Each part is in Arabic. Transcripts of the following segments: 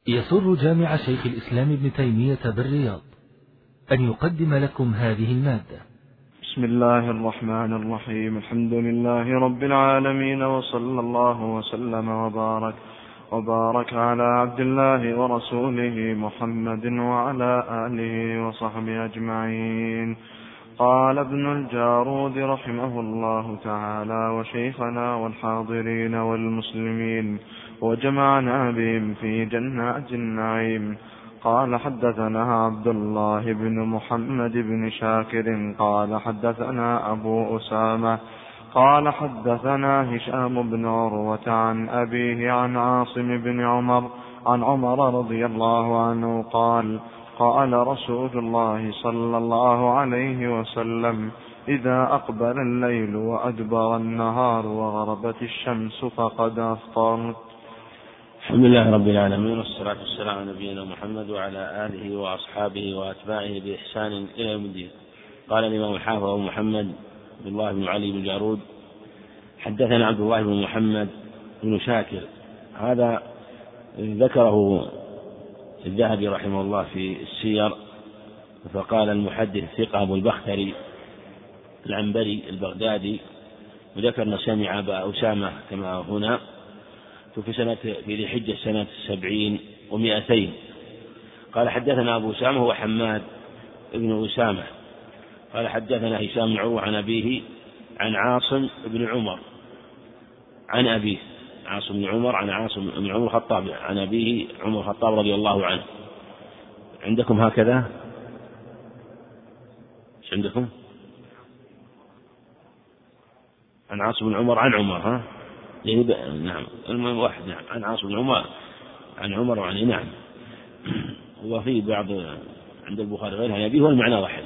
يسر جامع شيخ الإسلام ابن تيمية بالرياض أن يقدم لكم هذه المادة. بسم الله الرحمن الرحيم. الحمد لله رب العالمين، وصلى الله وسلم وبارك على عبد الله ورسوله محمد وعلى آله وصحبه أجمعين. قال ابن الجارود رحمه الله تعالى: وشيخنا والحاضرين والمسلمين وجمعنا بهم في جنات النعيم. قال: حدثنا عبد الله بن محمد بن شاكر قال حدثنا أبو أسامة قال حدثنا هشام بن عروة عن أبيه عن عاصم بن عمر رضي الله عنه قال: قال رسول الله صلى الله عليه وسلم: إذا أقبل الليل وأدبر النهار وغربت الشمس فقد أفطرت. الحمد لله رب العالمين، والصلاة والسلام على نبينا محمد وعلى آله وأصحابه وأتباعه بإحسان إلى يوم الدين. قال الإمام الحافظ أبو محمد عبد الله بن علي بن جارود: حدثنا عبد الله بن محمد بن شاكر. هذا ذكره الذهبي رحمه الله في السير، فقال المحدث ثقة أبو البختري العنبري البغدادي، وذكرنا سمع أبا أسامة كما هنا في ذي حجة سنة 70 و200. قال: حدثنا أبو أسامة هو حماد بن أسامة قال: حدثنا هشام بن عروة عن أبيه عن عاصم بن عمر عن أبيه عاصم بن عمر عن عاصم بن عمر الخطاب عن أبيه عمر الخطاب رضي الله عنه. عندكم هكذا؟ ايش عندكم؟ عن عاصم بن عمر عن عمر، ها؟ نعم، المهم واحد. نعم، عن عاصم بن عمر عن عمر وعن نعم. وفي بعض عند البخاري غيرها يبيه، هو المعنى واحد،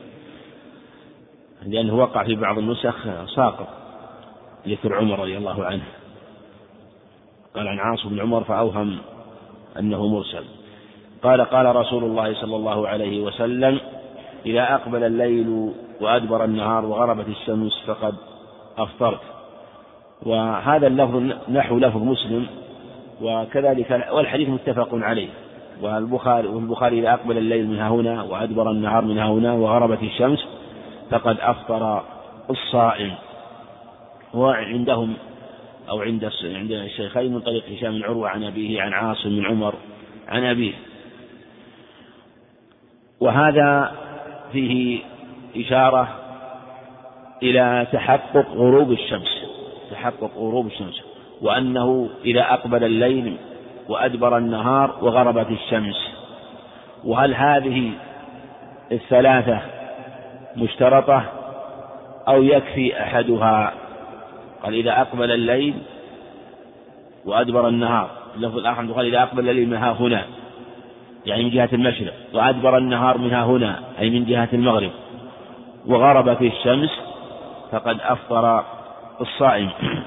لأنه وقع في بعض النسخ ساقط ذكر عمر رضي الله عنه، قال عن عاصم بن عمر فأوهم أنه مرسل. قال: قال رسول الله صلى الله عليه وسلم: إذا أقبل الليل وأدبر النهار وغربت الشمس فقد أفطرت. وهذا اللفظ نحو لفظ مسلم، وكذلك والحديث متفق عليه. والبخاري: إذا أقبل الليل من هنا وأدبر النهار من هنا وغربت الشمس فقد أفطر الصائم. وعندهم أو عند الشيخين من طريق هشام بن عروة عن أبيه عن عاصم بن عمر عن أبيه. وهذا فيه إشارة إلى تحقق غروب الشمس، وأنه إذا أقبل الليل وأدبر النهار وغربت الشمس. وهل هذه الثلاثة مشترطة أو يكفي أحدها؟ قال: إذا أقبل الليل وأدبر النهار. اللفظ الآخر قال: إذا أقبل الليل منها هنا، يعني من جهة المشرق، وأدبر النهار منها هنا أي من جهة المغرب، وغربت الشمس فقد أفطر الصائم.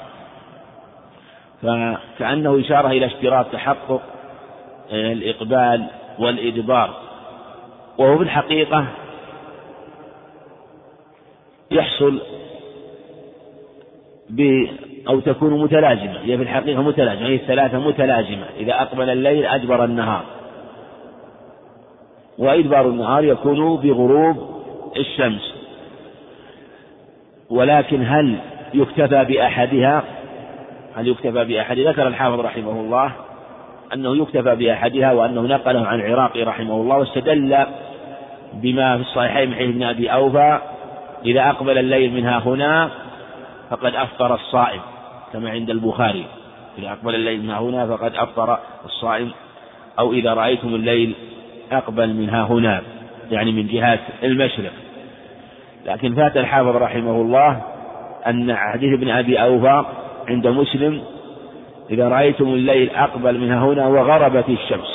فكأنه إشارة إلى اشتراط تحقق الإقبال والإدبار، وهو في الحقيقة يحصل أو تكون متلازمة. هي في الحقيقة متلازمة، هي الثلاثة متلازمة. إذا أقبل الليل أدبر النهار، وإدبار النهار يكون بغروب الشمس. ولكن هل يكتفى بأحدها؟ ذكر الحافظ رحمه الله أنه يكتفى بأحدها، وأنه نقله عن العراقي رحمه الله، واستدل بما في الصحيحين من حديث ابن أبي أوفى: إذا أقبل الليل منها هنا فقد أفطر الصائم، كما عند البخاري: إذا أقبل الليل منها هنا فقد أفطر الصائم، أو إذا رأيتم الليل أقبل منها هنا، يعني من جهة المشرق. لكن فات الحافظ رحمه الله أن حديث ابن أبي أوفى عند مسلم: إذا رأيتم الليل أقبل منها هنا وغربت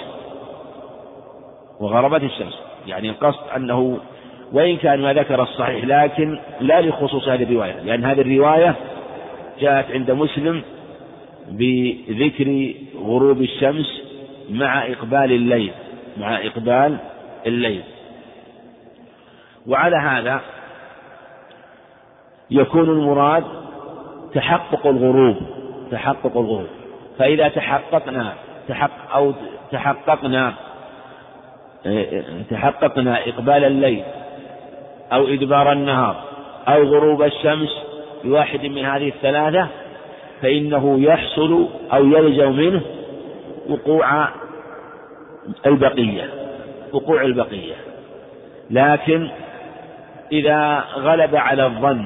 الشمس. يعني القصد أنه وإن كان ما ذكر الصحيح، لكن لا لخصوص هذه الرواية، لأن هذه الرواية جاءت عند مسلم بذكر غروب الشمس مع إقبال الليل. وعلى هذا يكون المراد تحقق الغروب. فإذا تحققنا تحققنا إقبال الليل أو إدبار النهار أو غروب الشمس بواحد من هذه الثلاثة فإنه يحصل أو يلزم منه وقوع البقية. لكن إذا غلب على الظن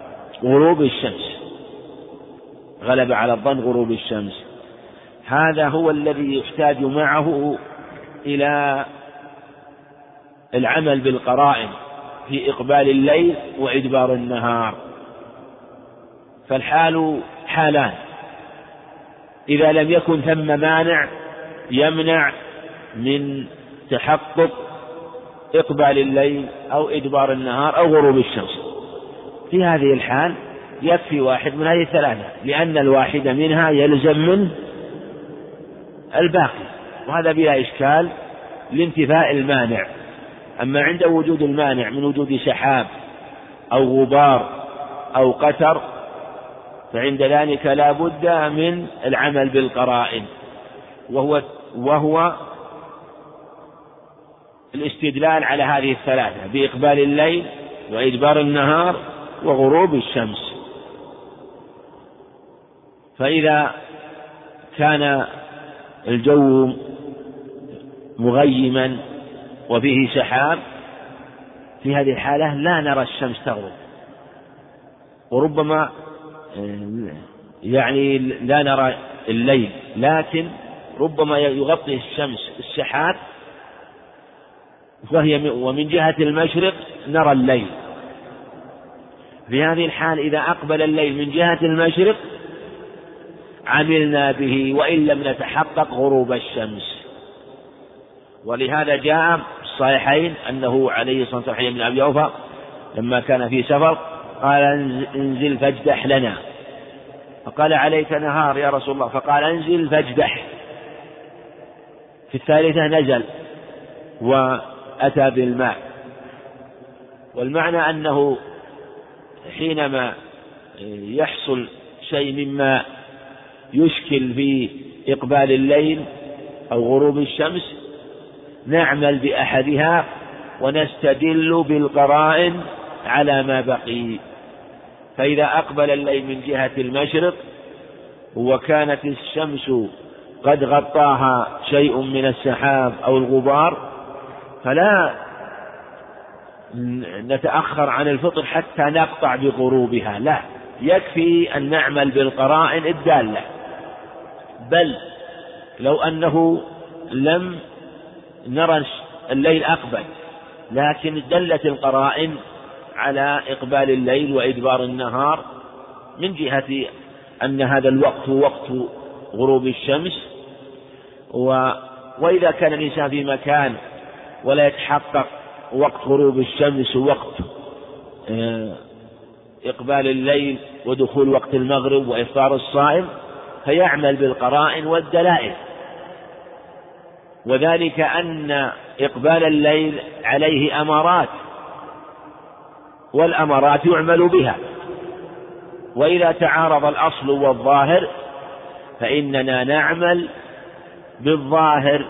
غروب الشمس هذا هو الذي يحتاج معه إلى العمل بالقرائن في إقبال الليل وإدبار النهار. فالحال حالان: إذا لم يكن ثم مانع يمنع من تحقق إقبال الليل أو إدبار النهار أو غروب الشمس، في هذه الحال يكفي واحد من هذه الثلاثة، لأن الواحد منها يلزم منه الباقي، وهذا بلا إشكال لانتفاء المانع. أما عند وجود المانع من وجود سحاب أو غبار أو قتر فعند ذلك لا بد من العمل بالقرائن، وهو الاستدلال على هذه الثلاثة بإقبال الليل وإدبار النهار وغروب الشمس. فإذا كان الجو مغيما وفيه سحاب في هذه الحالة لا نرى الشمس تغرب، وربما يعني لا نرى الليل، لكن ربما يغطي الشمس السحاب ومن جهة المشرق نرى الليل. في هذه الحال إذا أقبل الليل من جهة المشرق عملنا به وإن لم نتحقق غروب الشمس. ولهذا جاء الصحيحين أنه عليه الصلاة والسلام من أبي أوفى لما كان في سفر قال: انزل فاجدح لنا، فقال: عليك نهار يا رسول الله، فقال: انزل فاجدح. في الثالثة نزل وأتى بالماء. والمعنى أنه حينما يحصل شيء مما يشكل في إقبال الليل أو غروب الشمس نعمل بأحدها ونستدل بالقرائن على ما بقي. فإذا أقبل الليل من جهة المشرق وكانت الشمس قد غطاها شيء من السحاب أو الغبار فلا نتأخر عن الفطر حتى نقطع بغروبها، لا، يكفي أن نعمل بالقرائن الدالة. بل لو أنه لم نرى الليل أقبل لكن دلت القرائن على إقبال الليل وإدبار النهار من جهة أن هذا الوقت وقت غروب الشمس، وإذا كان الإنسان في مكان ولا يتحقق وقت غروب الشمس ووقت إقبال الليل ودخول وقت المغرب وإفطار الصائم فيعمل بالقرائن والدلائل. وذلك أن إقبال الليل عليه أمارات، والأمارات يعمل بها، وإذا تعارض الأصل والظاهر فإننا نعمل بالظاهر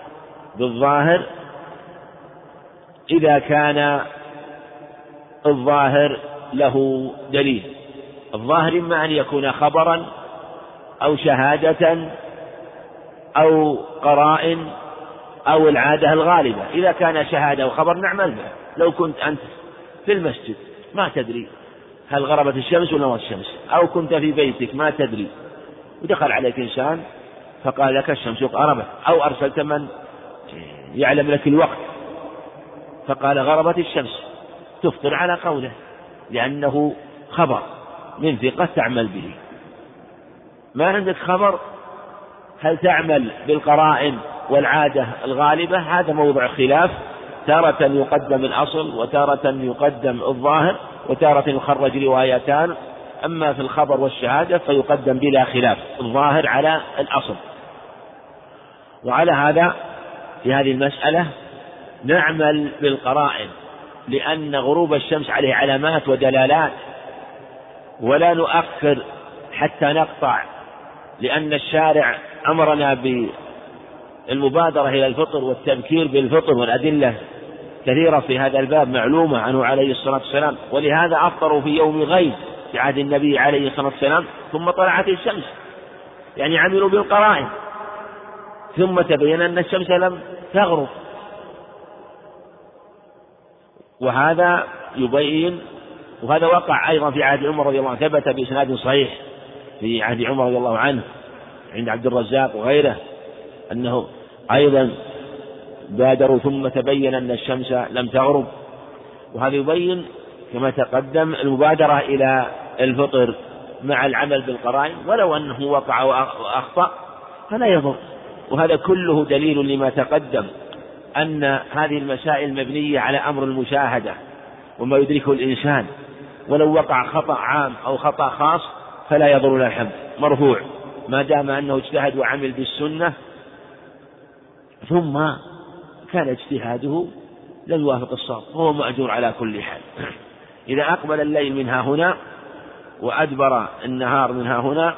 إذا كان الظاهر له دليل. الظاهر إما أن يكون خبرا أو شهادة أو قرائن أو العادة الغالبة. إذا كان شهادة وخبر نعمل بها. لو كنت أنت في المسجد ما تدري هل غربت الشمس ولا نورت الشمس، أو كنت في بيتك ما تدري ودخل عليك إنسان فقال لك الشمس غربت، أو أرسلت من يعلم لك الوقت فقال غربت الشمس، تفطر على قوله لأنه خبر من ثقة تعمل به. ما عندك خبر هل تعمل بالقرائن والعادة الغالبة؟ هذا موضع خلاف، تارة يقدم الأصل وتارة يقدم الظاهر وتارة يخرج روايتان. أما في الخبر والشهادة فيقدم بلا خلاف الظاهر على الأصل. وعلى هذا في هذه المسألة نعمل بالقرائن، لأن غروب الشمس عليه علامات ودلالات، ولا نؤخر حتى نقطع، لأن الشارع أمرنا المبادرة إلى الفطر والتبكير بالفطر، والأدلة كثيرة في هذا الباب معلومة عنه عليه الصلاة والسلام، ولهذا أفطروا في يوم غيب في عهد النبي عليه الصلاة والسلام ثم طلعت الشمس، يعني عملوا بالقرائن، ثم تبين أن الشمس لم تغرب. وهذا يبين، وهذا وقع أيضا في عهد عمر رضي الله عنه، ثبت بإسناد صحيح في عهد عمر رضي الله عنه عند عبد الرزاق وغيره أنه أيضا بادروا ثم تبين أن الشمس لم تغرب. وهذا يبين كما تقدم المبادرة إلى الفطر مع العمل بالقرائن، ولو أنه وقع وأخطأ فلا يضر. وهذا كله دليل لما تقدم أن هذه المسائل مبنية على أمر المشاهدة وما يدركه الإنسان، ولو وقع خطأ عام أو خطأ خاص فلا يضر له الحمد، مرفوع ما دام أنه اجتهد وعمل بالسنة ثم كان اجتهاده لم يوافق الصواب فهو مأجور على كل حال. إذا أقبل الليل منها هنا وأدبر النهار منها هنا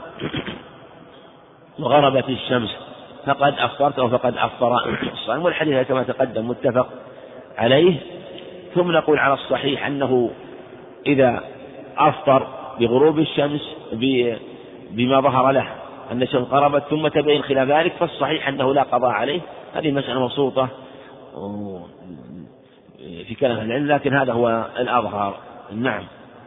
وغربت الشمس فقد أفطرت أو فقد أفطر الصائم، والحديث كما تقدم متفق عليه. ثم نقول على الصحيح أنه إذا أفطر بغروب الشمس بما ظهر له أن الشمس غربت ثم تبين خلاف ذلك فالصحيح أنه لا قضاء عليه. هذه مسألة مبسوطة في كلام العلم، لكن هذا هو الأظهر. نعم.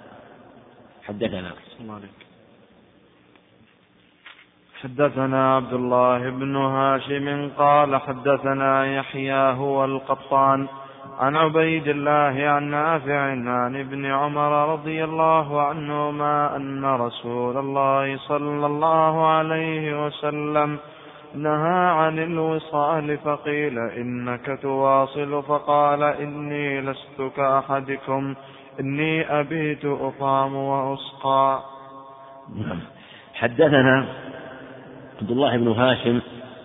حدثنا عبد الله بن هاشم قال حدثنا يحيى هو القطان عن عبيد الله عن نافع عن ابن عمر رضي الله عنهما أن رسول الله صلى الله عليه وسلم نهى عن الوصال فقيل إنك تواصل فقال إني لست كأحدكم إني أبيت أطعم وأسقى. حدثنا عبد الله بن هاشم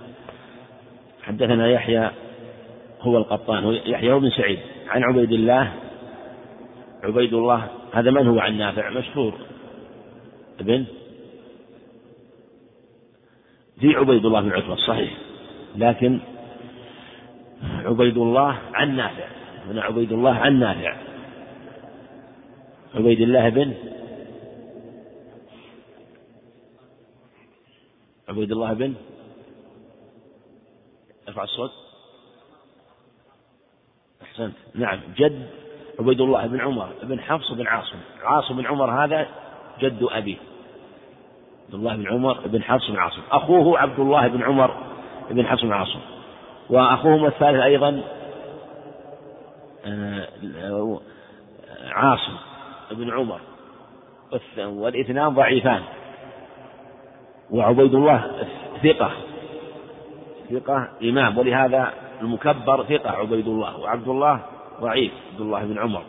حدثنا يحيى هو القطان يحيى بن سعيد عن عبيد الله. عبيد الله هذا من هو؟ عن نافع مشهور ابن في عبيد الله بن عتبة صحيح، لكن عبيد الله عن نافع، هنا عبيد الله عن نافع. عبيد الله بن عبيد الله بن ارفع الصوت. أحسنت. نعم، جد عبيد الله بن عمر بن حفص بن عاصم. عاصم بن عمر هذا جد أبيه، عبد الله بن عمر بن حفص بن عاصم. أخوه عبد الله بن عمر بن حفص بن عاصم، وأخوهم الثالث أيضا عاصم بن عمر، والاثنان ضعيفان. وعبيد الله ثقة إمام، ولهذا المكبر ثقة عبيد الله، وعبد الله ضعيف عبد الله بن عمر.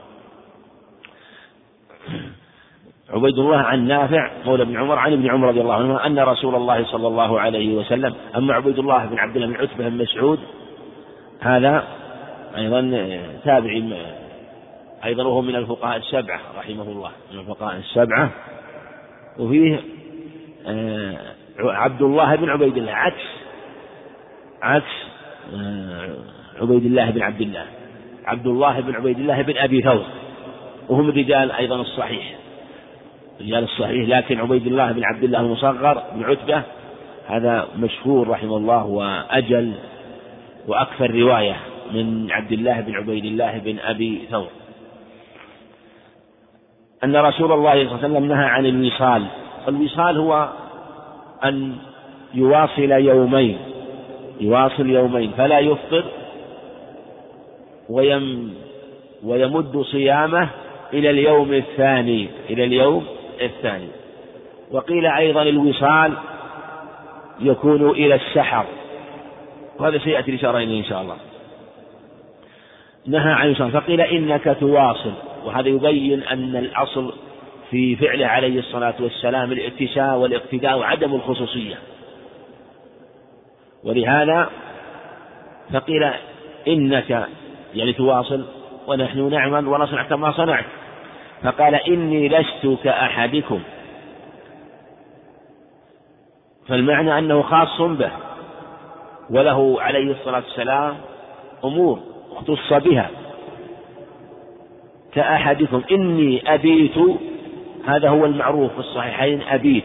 عبيد الله عن نافع مولى بن عمر عن ابن عمر رضي الله عنه أن رسول الله صلى الله عليه وسلم. أما عبيد الله بن عبد الله بن عتبة بن مسعود هذا أيضا تابعي أيضا، وهو من الفقهاء السبعة رحمه الله، من الفقهاء السبعة. وفيه عبد الله بن عبيد الله عكس عبيد الله بن عبد الله، عبد الله بن عبيد الله بن أبي ثور، وهم الرجال أيضا الصحيح، رجال الصحيح. لكن عبيد الله بن عبد الله المصغر بن عتبة هذا مشهور رحمه الله وأجل وأكثر رواية من عبد الله بن عبيد الله بن أبي ثور. أن رسول الله صلى الله عليه وسلم نهى عن الوصال. الوصال هو أن يواصل يومين فلا يفطر ويمد صيامه إلى اليوم الثاني. وقيل أيضا الوصال يكون إلى السحر، وهذا سيأتي الإشارة إليه إن شاء الله. نهى عن الوصال فقيل إنك تواصل، وهذا يبين أن الأصل في فعله عليه الصلاة والسلام الاتساع والاقتداء وعدم الخصوصية، ولهذا فقيل إنك يعني تواصل ونحن نعمل ونصنع كما صنعت، فقال إني لست كأحدكم، فالمعنى أنه خاص به، وله عليه الصلاة والسلام أمور اختص بها، كأحدكم إني أبيت، هذا هو المعروف في الصحيحين أبيت،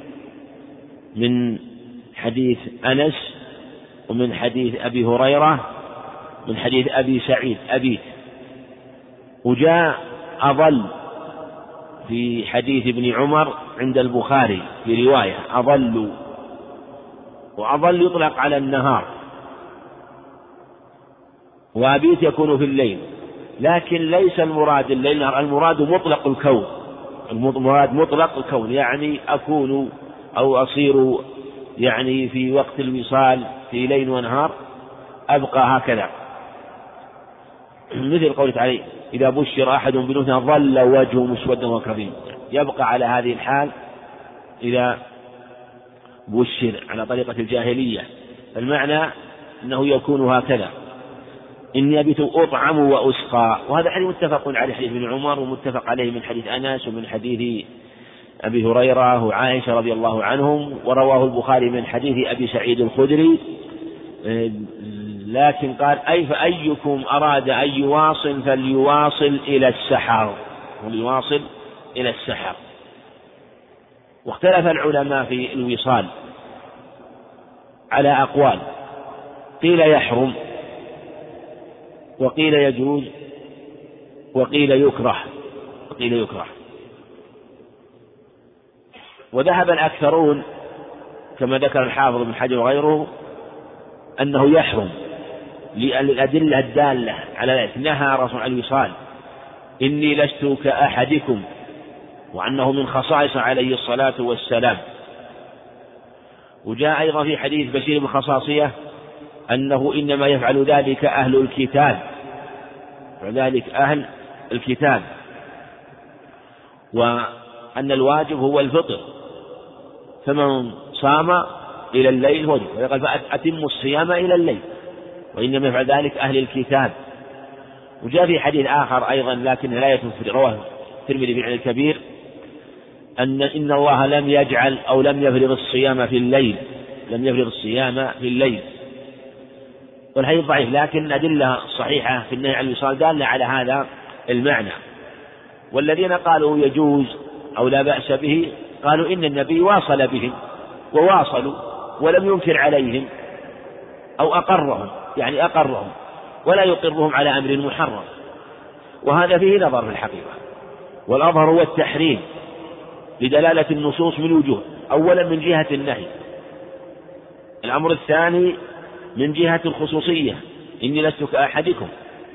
من حديث أنس ومن حديث أبي هريرة من حديث أبي سعيد أبيت. وجاء أظل في حديث ابن عمر عند البخاري في رواية أظل، وأظل يطلق على النهار، وأبيت يكون في الليل، لكن ليس المراد الليل، المراد مطلق الكون، المراد مطلق الكون، يعني أكون أو أصير يعني في وقت الوصال في ليل ونهار أبقى هكذا، مثل قوله تعالى إذا بشر أحد بالأنثى ظل وجهه مسودا وكظيما، يبقى على هذه الحال إذا بشر على طريقة الجاهلية. المعنى أنه يكون هكذا، إني أبيت أطعم وأسقى. وهذا حديث متفق عليه، حديث ابن عمر، ومتفق عليه من حديث أنس ومن حديث أبي هريرة وعائشة رضي الله عنهم، ورواه البخاري من حديث أبي سعيد الخدري. لكن قال فأيكم أراد أن يواصل فليواصل إلى السحر، وليواصل إلى السحر. واختلف العلماء في الوصال على أقوال، قيل يحرم، وقيل يجوز، وقيل يكره، وذهب الأكثرون كما ذكر الحافظ بن حجر وغيره أنه يحرم للأدلة الدالة على ذلك. نهى رسول عن الوصال إني لست كأحدكم، وأنه من خصائص عليه الصلاة والسلام. وجاء أيضا في حديث بشير بن خصاصية أنه إنما يفعل ذلك أهل الكتاب، وذلك أهل الكتاب، وأن الواجب هو الفطر، فمن صام إلى الليل وجب، ويقول فأتم الصيام إلى الليل، وإنما يفعل ذلك أهل الكتاب. وجاء في حديث آخر أيضا لكن لا يتوفر، رواه الترمذي في الكبير، إن الله لم يجعل أو لم يفرض الصيام في الليل، والحديث ضعيف، لكن الأدلة الصحيحة في النهي عن الوصال دالة على هذا المعنى. والذين قالوا يجوز أو لا بأس به قالوا إن النبي واصل بهم وواصلوا ولم ينكر عليهم أو أقرهم، يعني أقرهم ولا يقرهم على أمر محرم، وهذا فيه نظر في الحقيقة. والأظهر هو التحريم لدلالة النصوص من وجوه، أولا من جهة النهي، الأمر الثاني من جهة الخصوصية إني لست كأحدكم،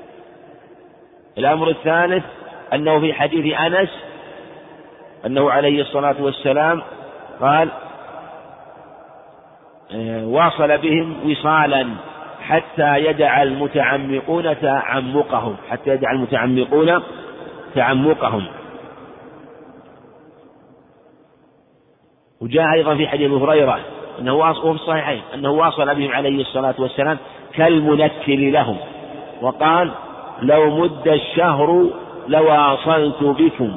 الأمر الثالث أنه في حديث أنس أنه عليه الصلاة والسلام قال واصل بهم وصالا حتى يدع المتعمقون تعمقهم. وجاء أيضا في حديث أبي هريرة أنه وفي الصحيحين أنه واصل بهم عليه الصلاة والسلام كالمنكل لهم، وقال لو مد الشهر لواصلت بكم،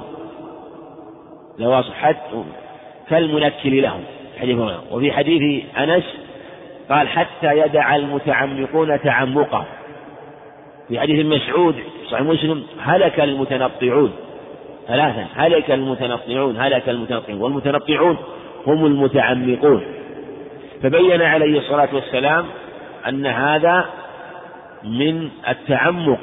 كالمنكل لهم حديث هريرة. وفي حديث أنس قال حتى يدع المتعمقون تعمقهم. في حديث مسعود صحيح مسلم هلك المتنطعون ثلاثا، هلك المتنطعون، والمتنطعون هم المتعمقون. فبين عليه الصلاة والسلام أن هذا من التعمق،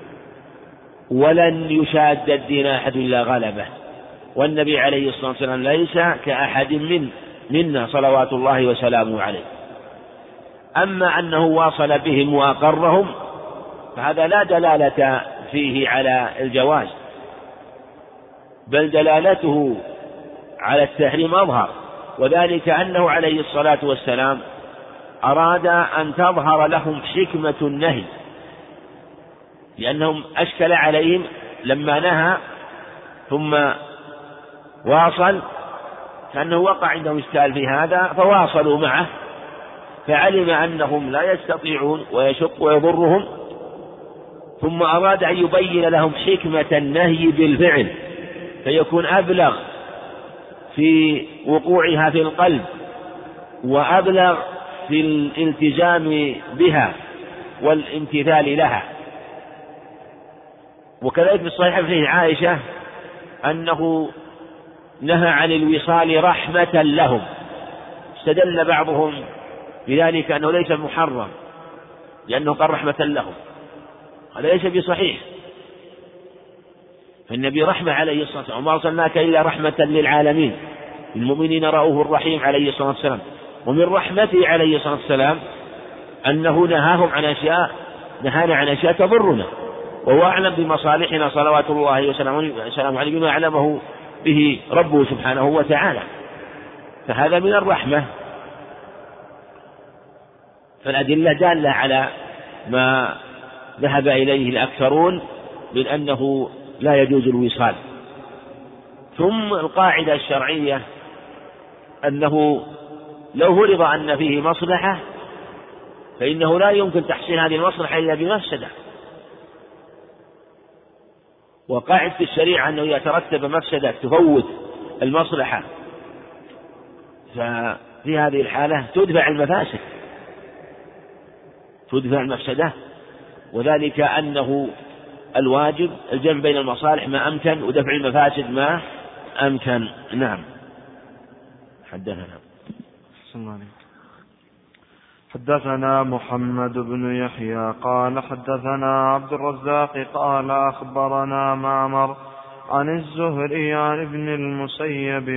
ولن يشاد الدين أحد إلا غلبه، والنبي عليه الصلاة والسلام ليس كأحد منا صلوات الله وسلامه عليه. أما أنه واصل بهم وأقرهم فهذا لا دلالة فيه على الجواز، بل دلالته على التحريم أظهر، وذلك أنه عليه الصلاة والسلام أراد أن تظهر لهم حكمة النهي، لأنهم أشكل عليهم لما نهى ثم واصل، كأنه وقع عندهم إشكال في هذا فواصلوا معه، فعلم أنهم لا يستطيعون ويشق ويضرهم، ثم أراد أن يبين لهم حكمة النهي بالفعل فيكون أبلغ في وقوعها في القلب وأبلغ في الالتزام بها والامتثال لها. وكذلك في الصحيح في عائشة أنه نهى عن الوصال رحمة لهم، استدل بعضهم بذلك أنه ليس محرم لأنه قال رحمة لهم، هذا ليس بصحيح، فالنبي رحمة عليه الصلاة والسلام، وما أرسلناك إلا رحمة للعالمين، المؤمنين رؤوف رحيم عليه الصلاة والسلام. ومن رحمته عليه الصلاة والسلام أنه نهانا عن أشياء تضرنا، وهو أعلم بمصالحنا صلوات الله وسلامه عليه بما أعلمه به ربه سبحانه وتعالى، فهذا من الرحمة. فالأدلة دالة على ما ذهب إليه الأكثرون من أنه لا يجوز الوصال. ثم القاعدة الشرعية أنه لو فرض أن فيه مصلحة فإنه لا يمكن تحصيل هذه المصلحة إلا بمفسدة، وقاعدة الشريعة أنه يترتب مفسدة تفوت المصلحة، ففي هذه الحالة تدفع المفسدة، وذلك أنه الواجب الجمع بين المصالح ما أمكن ودفع المفاسد ما أمكن. نعم. حدثنا محمد بن يحيى قال حدثنا عبد الرزاق قال أخبرنا معمر عن الزهري عن ابن المسيب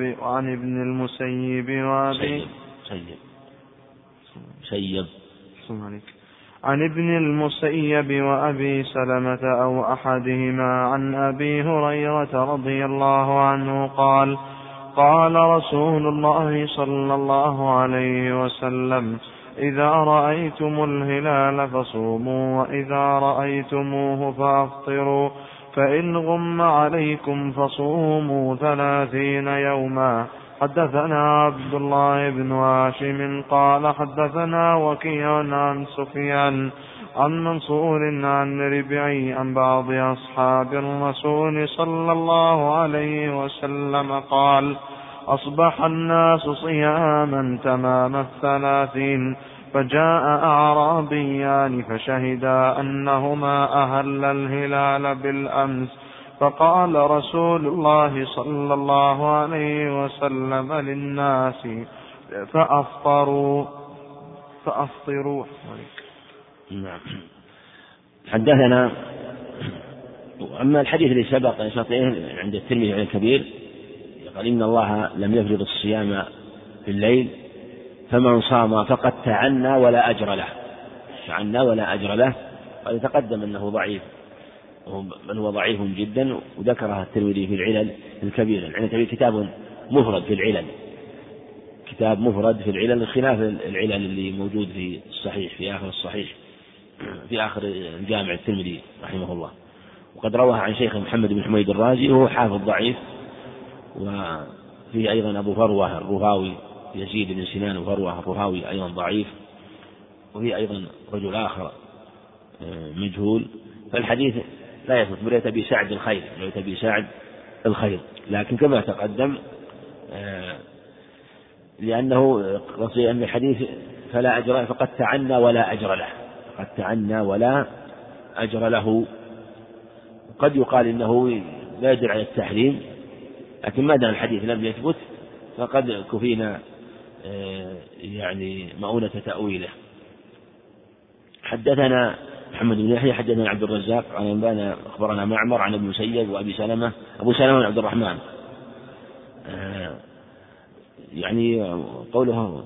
عن ابن المسيب وأبي سلمة أو أحدهما عن أبي هريرة رضي الله عنه قال قال رسول الله صلى الله عليه وسلم إذا رأيتم الهلال فصوموا وإذا رأيتموه فأفطروا فإن غم عليكم فصوموا 30 يوما. حدثنا عبد الله بن هاشم قال حدثنا وكيع عن سفيان عن منصور عن ربعي عن بعض أصحاب الرسول صلى الله عليه وسلم قال أصبح الناس صياما تمام 30 فجاء أعرابيان فشهدا أنهما أهل الهلال بالأمس فقال رسول الله صلى الله عليه وسلم للناس فأفطروا. نعم. حدثنا. أما الحديث الذي سبق عند الترمذي عن الكبير قال إن الله لم يفرض الصيام في الليل فمن صام فقد تعنى ولا أجر له، قد تقدم أنه ضعيف، بل هو ضعيف جدا، وذكرها الترمذي في العلل الكبيرة. الكبير كتاب مفرد في العلل خلاف العلل اللي موجود في الصحيح في آخر الجامع الترمذي رحمه الله. وقد رواها عن شيخ محمد بن حميد الرازي وهو حافظ ضعيف، وفيه أيضا أبو فروة الرهاوي يزيد بن سنان وفروة الرهاوي أيضا ضعيف، وفيه أيضا رجل آخر مجهول. فالحديث لا يثبت بريت أبي سعد الخير، لكن كما تقدم لأنه قصد أن الحديث فلا أجر فقد تعنى ولا أجر له. قد يقال إنه لا يدل على التحريم، لكن ما دام الحديث لم يثبت فقد كفينا مؤونة تأويله. حدثنا محمد بن يحيى حدثنا عبد الرزاق عن أنبانا أخبرنا معمر عن ابن المسيب وأبي سلمة بن عبد الرحمن. قوله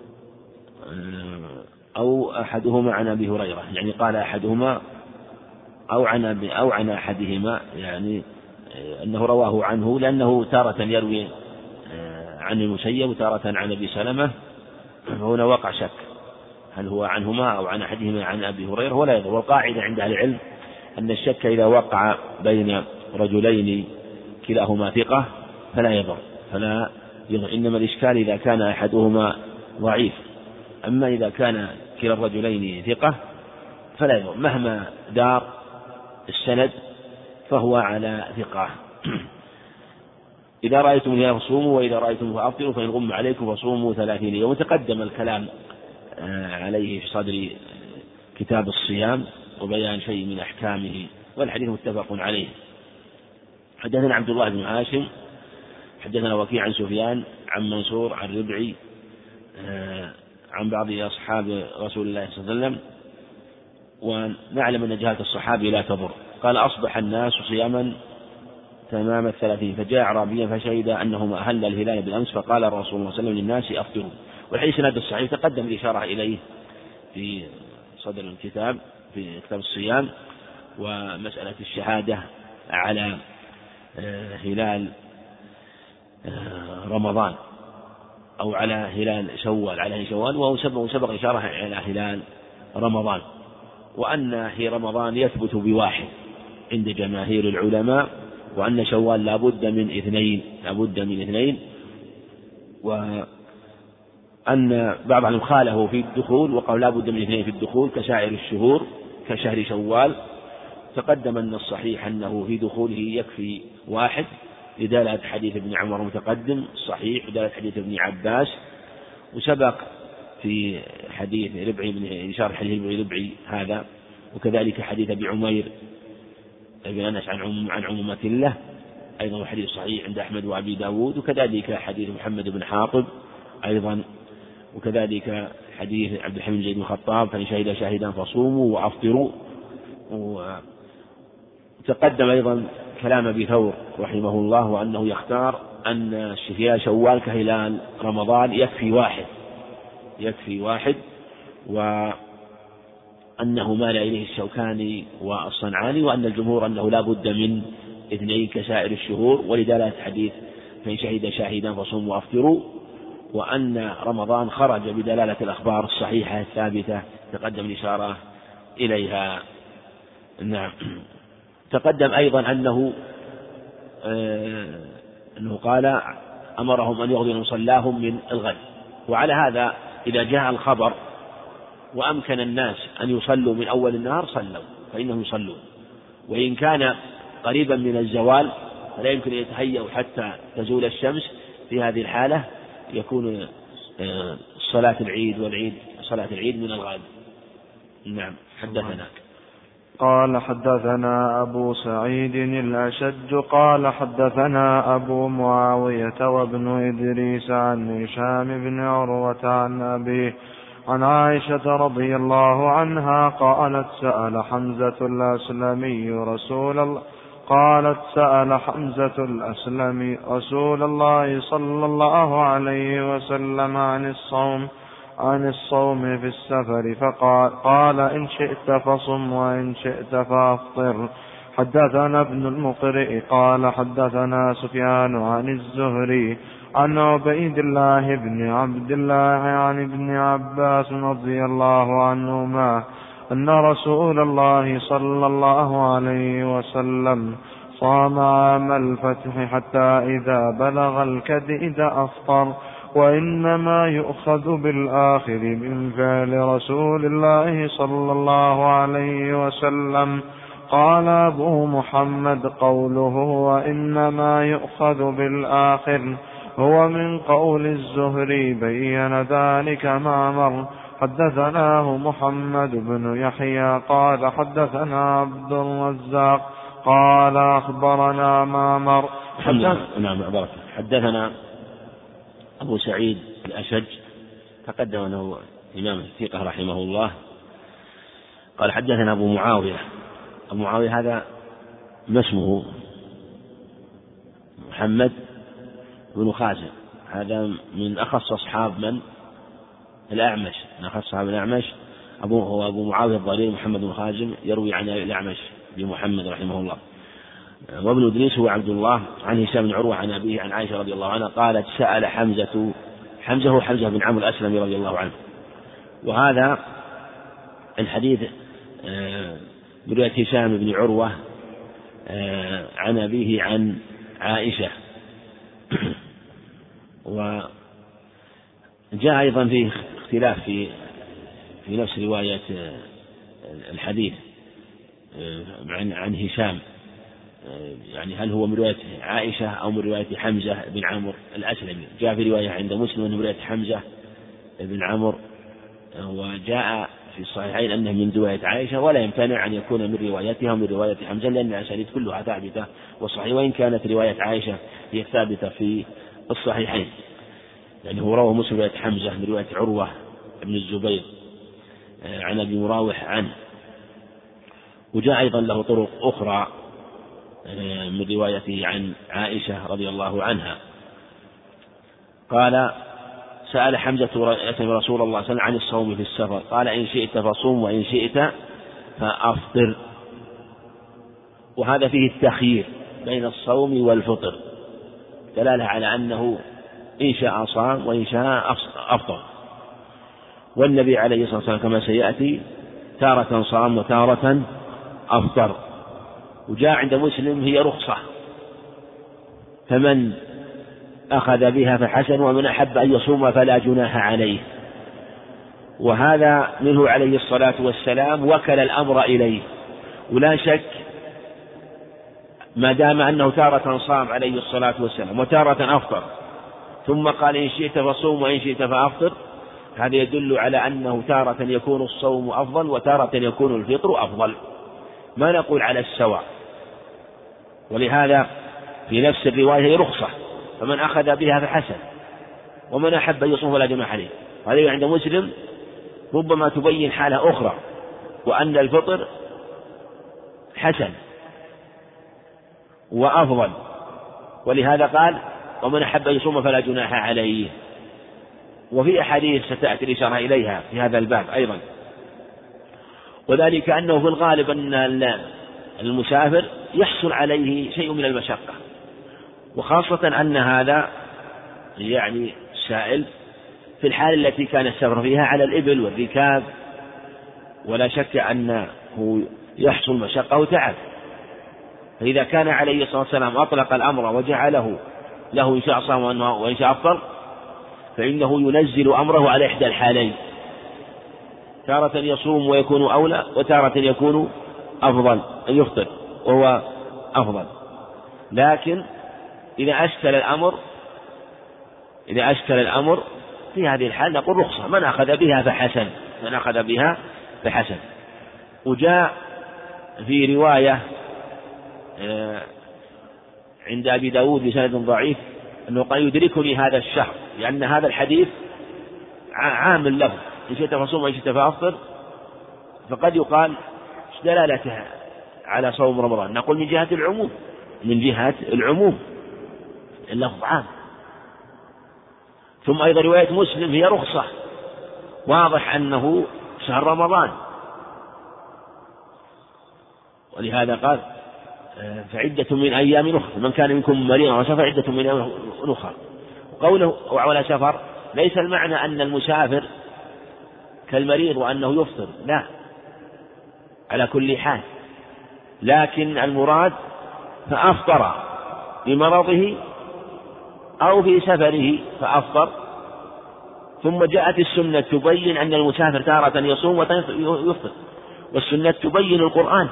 أو أحدهما عن أبي هريرة، قال أحدهما أو عن أحدهما، أنه رواه عنه، لأنه تارة يروي عن المسيب وتارة عن أبي سلمة، فهنا وقع شك هل هو عنهما أو عن أحدهما عن أبي هريرة ولا يضر. والقاعدة عند أهل العلم أن الشك إذا وقع بين رجلين كلاهما ثقة فلا يضر، إنما الإشكال إذا كان أحدهما ضعيف. أما إذا كان كلا الرجلين ثقة فلا يضر، مهما دار السند فهو على ثقة. إذا رأيتم الهلال فصوموا وإذا رأيتم فأفطروا فإن غم عليكم فصوموا 30 يوم. وتقدم الكلام عليه في صدر كتاب الصيام وبيان شيء من أحكامه، والحديث متفق عليه. حدثنا عبد الله بن هاشم حدثنا وكيع عن سفيان عن منصور عن ربعي عن بعض أصحاب رسول الله صلى الله عليه وسلم، ونعلم أن جهالة الصحابي لا تضر. قال: أصبح الناس صياما تمام 30، فجاء أعرابيا فشهد أنهما أهل الهلال بالأمس، فقال الرسول صلى الله عليه وسلم للناس: أفطروا. والحديث سند الصحيح تقدم الإشارة إليه في صدر الكتاب في كتاب الصيام، ومسألة الشهادة على هلال رمضان أو على هلال شوال، وهو سبق إشارة على هلال رمضان، وأن هي رمضان يثبت بواحد عند جماهير العلماء، وأن شوال لا بد من اثنين، وأن بعضهم خاله في الدخول وقال لا بد من اثنين في الدخول كسائر الشهور كشهر شوال. تقدم أن الصحيح أنه في دخوله يكفي واحد لدلالة حديث ابن عمر متقدم صحيح ودلالة حديث ابن عباس، وسبق في حديث ربعي بن إشارة حديث ربعي هذا، وكذلك حديث أبي عمير بن أنس عن عمومة له أيضا حديث صحيح عند أحمد وأبي داود، وكذلك حديث محمد بن حاطب أيضا، وكذلك حديث عبد الحميد بن زيد بن الخطاب: فإن شهد شاهدا فصوموا وأفطروا. وتقدم أيضا كلام أبي ثور رحمه الله، وأنه يختار أن هلال شوال كهلال رمضان يكفي واحد، وأنه مال إليه الشوكاني والصنعاني، وأن الجمهور أنه لا بد من اثنين كسائر الشهور، ولدلالة حديث فإن شهد شاهدا فصوموا وأفطروا، وأن رمضان خرج بدلالة الأخبار الصحيحة الثابتة تقدم الإشارة إليها. نعم. تقدم أيضا أنه قال: أمرهم أن يغضوا مصلاهم من الغد. وعلى هذا إذا جاء الخبر وأمكن الناس أن يصلوا من أول النهار صلوا فإنهم يصلون، وإن كان قريبا من الزوال فلا يمكن أن يتهيأوا حتى تزول الشمس، في هذه الحالة يكون صلاة العيد من الغد. نعم. حدثنا قال: حدثنا أبو سعيد الأشج قال: حدثنا أبو معاوية وابن إدريس عن هشام بن عروة عن أبيه عن عائشة رضي الله عنها قالت: سأل حمزة الأسلمي رسول الله صلى الله عليه وسلم عن الصوم في السفر، فقال: إن شئت فصم وإن شئت فأفطر. حدثنا ابن المقرئ قال: حدثنا سفيان عن الزهري عن عبيد الله بن عبد الله عن ابن عباس رضي الله عنهما أن رسول الله صلى الله عليه وسلم صام عام الفتح حتى إذا بلغ الكدئد أفطر، وإنما يؤخذ بالآخر من فعل رسول الله صلى الله عليه وسلم. قال أبو محمد: قوله وإنما يؤخذ بالآخر هو من قول الزهري، بين ذلك معمر. حدثناه محمد بن يحيى قال: حدثنا عبد الرزاق قال: أخبرنا معمر. حدثنا أبو سعيد الأشج تقدم أنه إمام الثقة رحمه الله. قال: حدثنا أبو معاوية هذا ما اسمه؟ محمد بن خازم، هذا من أخص أصحاب من؟ الأعمش، من أخص أصحاب الأعمش. هو أبو معاوية الضرير محمد بن خازم يروي عن الأعمش بمحمد رحمه الله. وابن إدريس هو عبد الله عن هشام بن عروة عن أبيه عن عائشة رضي الله عنها قالت: سأل حمزة هو حمزة بن عمرو الأسلمي رضي الله عنه. وهذا الحديث برواية هشام بن عروة عن أبيه عن عائشة. وجاء أيضا فيه اختلاف في نفس رواية الحديث عن هشام، يعني هل هو من رواية عائشة أو من رواية حمزة بن عمرو الأسلمي. جاء في رواية عند مسلم من رواية حمزة بن عمرو وجاء في الصحيحين أنه من رواية عائشة، ولا يمتنع أن يكون من روايتها ومن رواية حمزة، لأن الأسانيد كلها ثابتة والصحيح، وإن كانت رواية عائشة هي الثابتة في الصحيحين، يعني هو روى مسلم رواية حمزة من رواية عروة بن الزبير عن أبي مراوح عنه، وجاء أيضا له طرق أخرى من روايته عن عائشة رضي الله عنها. قال: سأل حمزة رسول الله صلى الله عليه وسلم عن الصوم في السفر، قال: إن شئت فصوم وإن شئت فأفطر. وهذا فيه التخيير بين الصوم والفطر، دلالة على أنه إن شاء صام وإن شاء أفطر. والنبي عليه الصلاة والسلام كما سيأتي تارة صام وتارة أفطر. وجاء عند مسلم هي رخصة، فمن أخذ بها فحسن، ومن أحب أن يصوم فلا جناح عليه. وهذا منه عليه الصلاة والسلام وكل الأمر إليه، ولا شك ما دام أنه تارة صام عليه الصلاة والسلام وتارة أفطر، ثم قال: إن شئت فصوم وإن شئت فأفطر، هذا يدل على أنه تارة يكون الصوم أفضل وتارة يكون الفطر أفضل، ما نقول على السواء. ولهذا في نفس الرواية رخصة، فمن أخذ بها فحسن، ومن أحب أن يصوم فلا جناح عليه. هذا عند مسلم ربما تبين حالة أخرى، وأن الفطر حسن وأفضل، ولهذا قال: ومن أحب أن يصوم فلا جناح عليه. وفي أحاديث ستأتي الإشارة إليها في هذا الباب أيضا، وذلك أنه في الغالب أن المسافر يحصل عليه شيء من المشقة، وخاصة أن هذا يعني سائل في الحال التي كان السفر فيها على الإبل والركاب، ولا شك أنه يحصل مشقة وتعب. فإذا كان عليه الصلاة والسلام أطلق الأمر وجعله له إن شاء صام وإن شاء أفطر، فإنه ينزل أمره على إحدى الحالين، تارة يصوم ويكون أولى، وتارة يكون أفضل أن يفطر وهو أفضل. لكن إذا أشكل الأمر في هذه الحال نقول رخصة، من أخذ بها فحسن. وجاء في رواية عند أبي داود بسند ضعيف أنه قال: يدركني هذا الشهر، لأن هذا الحديث عامل له، إن شئت فصوم وإن شئت فأفطر، فقد يقال دلالته على صوم رمضان. نقول من جهة العموم اللفظ عام. ثم أيضا رواية مسلم هي رخصة، واضح أنه شهر رمضان، ولهذا قال: فعدة من أيام أخرى، من كان منكم مريضا أو سفر عدة من أيام أخرى. وقوله وعلى سفر ليس المعنى أن المسافر كالمريض وأنه يفطر، لا، على كل حال، لكن المراد فأفطر بمرضه أو في سفره فأفطر. ثم جاءت السنة تبين أن المسافر تارة يصوم ويفطر، والسنة تبين القرآن،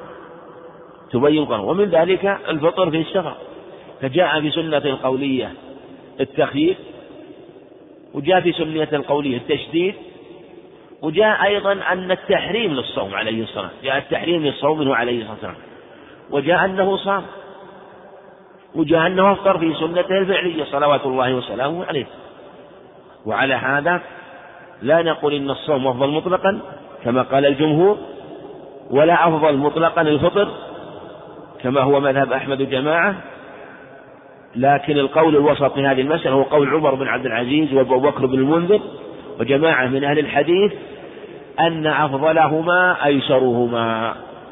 ومن ذلك الفطر في السفر، فجاء في سنة القولية التخيير، وجاء في سنة القولية التشديد، وجاء أيضا أن التحريم للصوم عليه الصلاة، جاء التحريم للصوم منه عليه الصلاة والسلام، وجاء أنه صام، وجاء أنه أفطر في سنته الفعلية صلوات الله وسلامه عليه. وعلى هذا لا نقول إن الصوم أفضل مطلقا كما قال الجمهور، ولا أفضل مطلقا الفطر كما هو مذهب أحمد وجماعة، لكن القول الوسط في هذه المسألة هو قول عمر بن عبد العزيز وأبو بكر بن المنذر وجماعة من أهل الحديث، أن أفضلهما أيسرهما،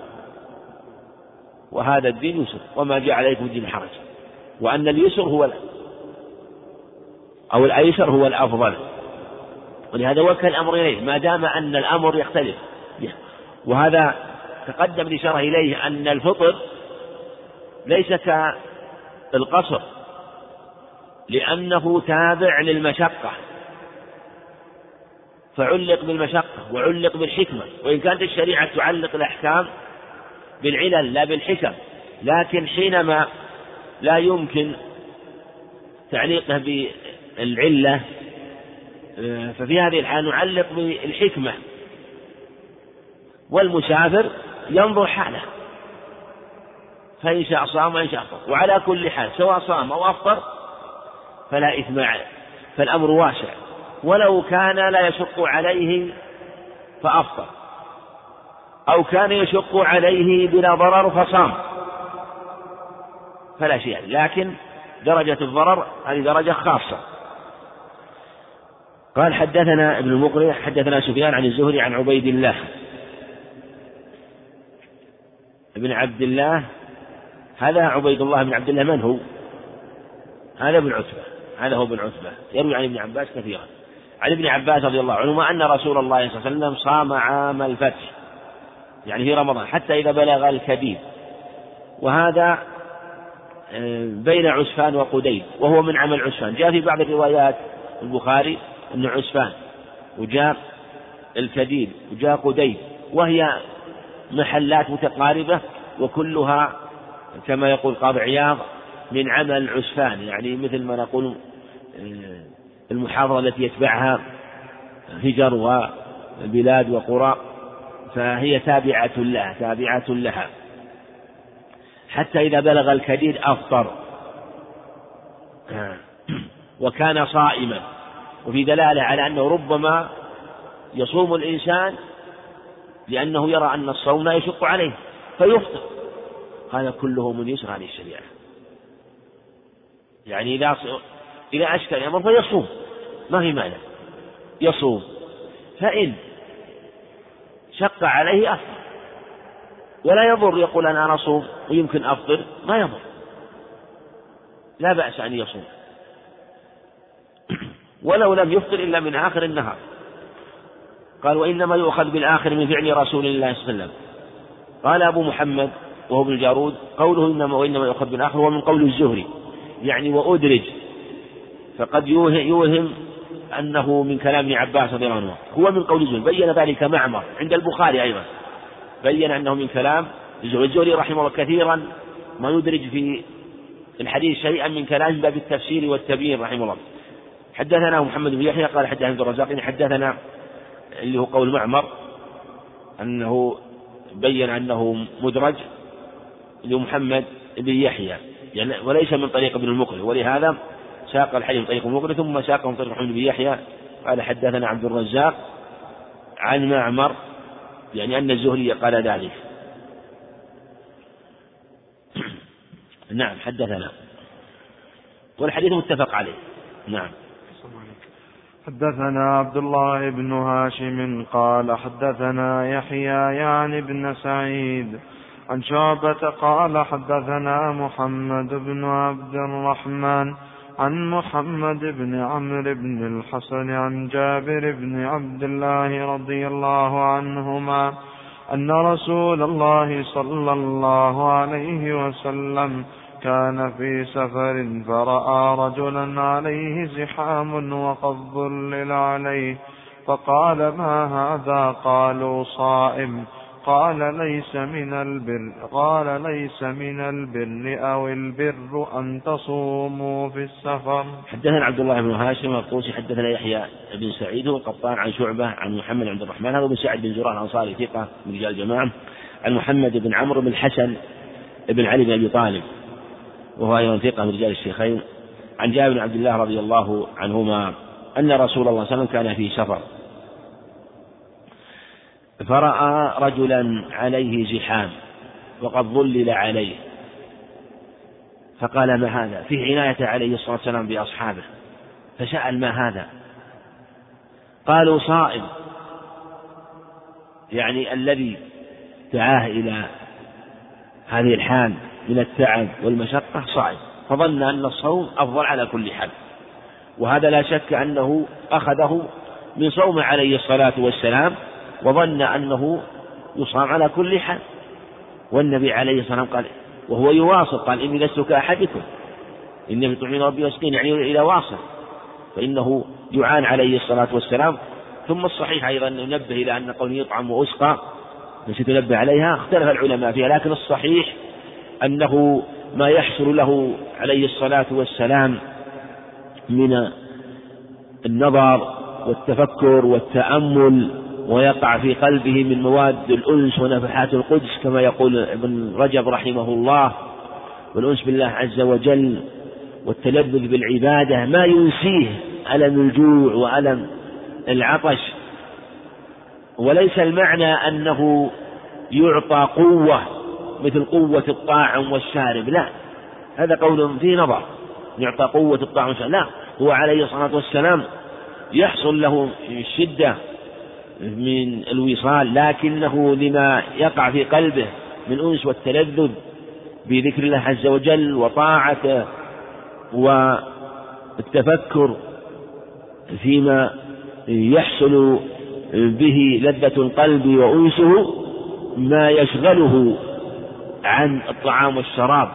وهذا الدين يسر وما جاء عليكم الدين حرج، وأن اليسر أو الأيسر هو الأفضل، ولهذا وكل الأمر إليه ما دام أن الأمر يختلف. وهذا تقدم الإشارة إليه أن الفطر ليس كالقصر، لأنه تابع للمشقة، فعلق بالمشقة وعلق بالحكمة، وإن كانت الشريعة تعلق الأحكام بالعلل لا بالحكم، لكن حينما لا يمكن تعليقه بالعلة ففي هذه الحال نعلق بالحكمة، والمسافر ينظر حاله، فإن شاء صام وإن شاء أفطر، وعلى كل حال سواء صام أو أفطر فلا إثم عليه، فالأمر واسع. ولو كان لا يشق عليه فأفطر، أو كان يشق عليه بلا ضرر فصام، فلا شيء، لكن درجة الضرر هذه درجة خاصة. قال حدثنا ابن المقري حدثنا سفيان عن الزهري عن عبيد الله ابن عبد الله. هذا عبيد الله بن عبد الله من هو؟ هذا ابن عتبة، هذا هو ابن عتبة، يروي عن ابن عباس كثيرا، عن ابن عباس رضي الله عنهما أن رسول الله صلى الله عليه وسلم صام عام الفتح، يعني في رمضان، حتى إذا بلغ الكبيد، وهذا بين عسفان وقديد، وهو من عمل عسفان. جاء في بعض الروايات البخاري أن عسفان، وجاء الكديد، وجاء قديد، وهي محلات متقاربة، وكلها كما يقول قاضي عياض من عمل عسفان، يعني مثل ما نقول المحافظة التي يتبعها هجر وبلاد وقرى، فهي تابعة لها، حتى إذا بلغ الكديد أفطر وكان صائما. وفي دلالة على أنه ربما يصوم الإنسان لأنه يرى أن الصوم لا يشق عليه فيفطر، هذا كله من يسر هذه الشريعة، يعني إذا أشكل الأمر فيصوم، ما في مانع يصوم، فإن شق عليه أفطر، ولا يضر يقول أنا أصوم ويمكن أفطر، ما يضر، لا بأس أن يصوم ولو لم يفطر إلا من آخر النهار. قال وإنما يؤخذ بالآخر من فعل رسول الله صلى الله عليه وسلم. قال أبو محمد وهو ابن الجارود قوله وإنما يؤخذ بالآخر هو من قول الزهري، يعني وأدرج، فقد يوهم أنه من كلام ابن عباس رضي الله عنه، هو من قول الزهري. بين ذلك معمر عند البخاري أيضا، بين أنه من كلام الزهري رحمه الله كثيرا ما يدرج في الحديث شيئا من كلام باب التفسير والتبيين رحمه الله. حدثنا محمد بن يحيى قال حدثنا عبد الرزاق حدثنا اللي هو قول معمر أنه بين أنه مدرج لمحمد بن يحيى، يعني وليس من طريق ابن المقري، ولهذا ساق الحديث من طريق المقري ثم ساقه من طريق محمد بن يحيى. قال حدثنا عبد الرزاق عن معمر، يعني أن الزهري قال ذلك. نعم حدثنا، والحديث متفق عليه. نعم. حدثنا عبد الله بن هاشم قال حدثنا يحيى يعني بن سعيد عن شعبة قال حدثنا محمد بن عبد الرحمن عن محمد بن عمرو بن الحسن عن جابر بن عبد الله رضي الله عنهما أن رسول الله صلى الله عليه وسلم كان في سفر فرأى رجلا عليه زحام وقد ظلل عليه، فقال ما هذا؟ قالوا صائم. قال ليس من البر أو البر أن تصوموا في السفر. حدثنا عبد الله بن هاشم الطوسي حدثنا يحيى بن سعيد والقطان عن شعبة عن محمد عبد الرحمن هذا بن سعد بن زرار الأنصاري ثقة من رجال الجماعة، عن محمد بن عمرو بن الحسن بن علي بن أبي طالب وهو أيضا ثقة من رجال الشيخين، عن جابر بن عبد الله رضي الله عنهما أن رسول الله صلى الله عليه وسلم كان في سفر فرأى رجلا عليه زحام وقد ظلل عليه، فقال ما هذا؟ فيه عناية عليه الصلاة والسلام بأصحابه، فسأل ما هذا؟ قالوا صائم، يعني الذي دعاه إلى هذه الحال من التعب والمشقة صائم، فظن أن الصوم أفضل على كل حال، وهذا لا شك أنه أخذه من صوم عليه الصلاة والسلام، وظن أنه يصام على كل حال. والنبي عليه الصلاة والسلام قال وهو يواصل، قال إني لست كأحدكم إني بطعمين ربي واسقين، يعني إلى واصل، فإنه يعان عليه الصلاة والسلام. ثم الصحيح أيضا ننبه إلى أن قوله يطعم وأسقى التي تنبه عليها اختلف العلماء فيها، لكن الصحيح أنه ما يحصل له عليه الصلاة والسلام من النظر والتفكر والتأمل، ويقع في قلبه من مواد الأنس ونفحات القدس كما يقول ابن رجب رحمه الله، والأنس بالله عز وجل والتلذذ بالعبادة ما ينسيه ألم الجوع وألم العطش. وليس المعنى أنه يعطى قوة مثل قوة الطاعم والشارب، لا، هذا قول فيه نظر، يعطى قوة الطاعم والشارب، لا، هو عليه الصلاة والسلام يحصل له الشدة من الوصال، لكنه لما يقع في قلبه من أنس والتلذذ بذكر الله عز وجل وطاعته والتفكر فيما يحصل به لذة القلب وأنسه، ما يشغله عن الطعام والشراب.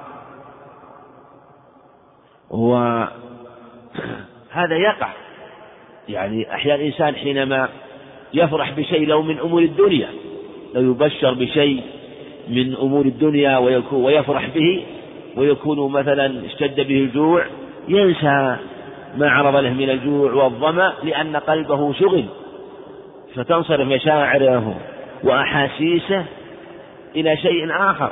وهذا يقع، يعني أحيانا الإنسان حينما يفرح بشيء لو من أمور الدنيا، لو يبشر بشيء من أمور الدنيا ويفرح به ويكون مثلا اشتد به الجوع، ينسى ما عرض له من الجوع والظمأ لأن قلبه شغل، فتنصرف مشاعره وأحاسيسه إلى شيء آخر،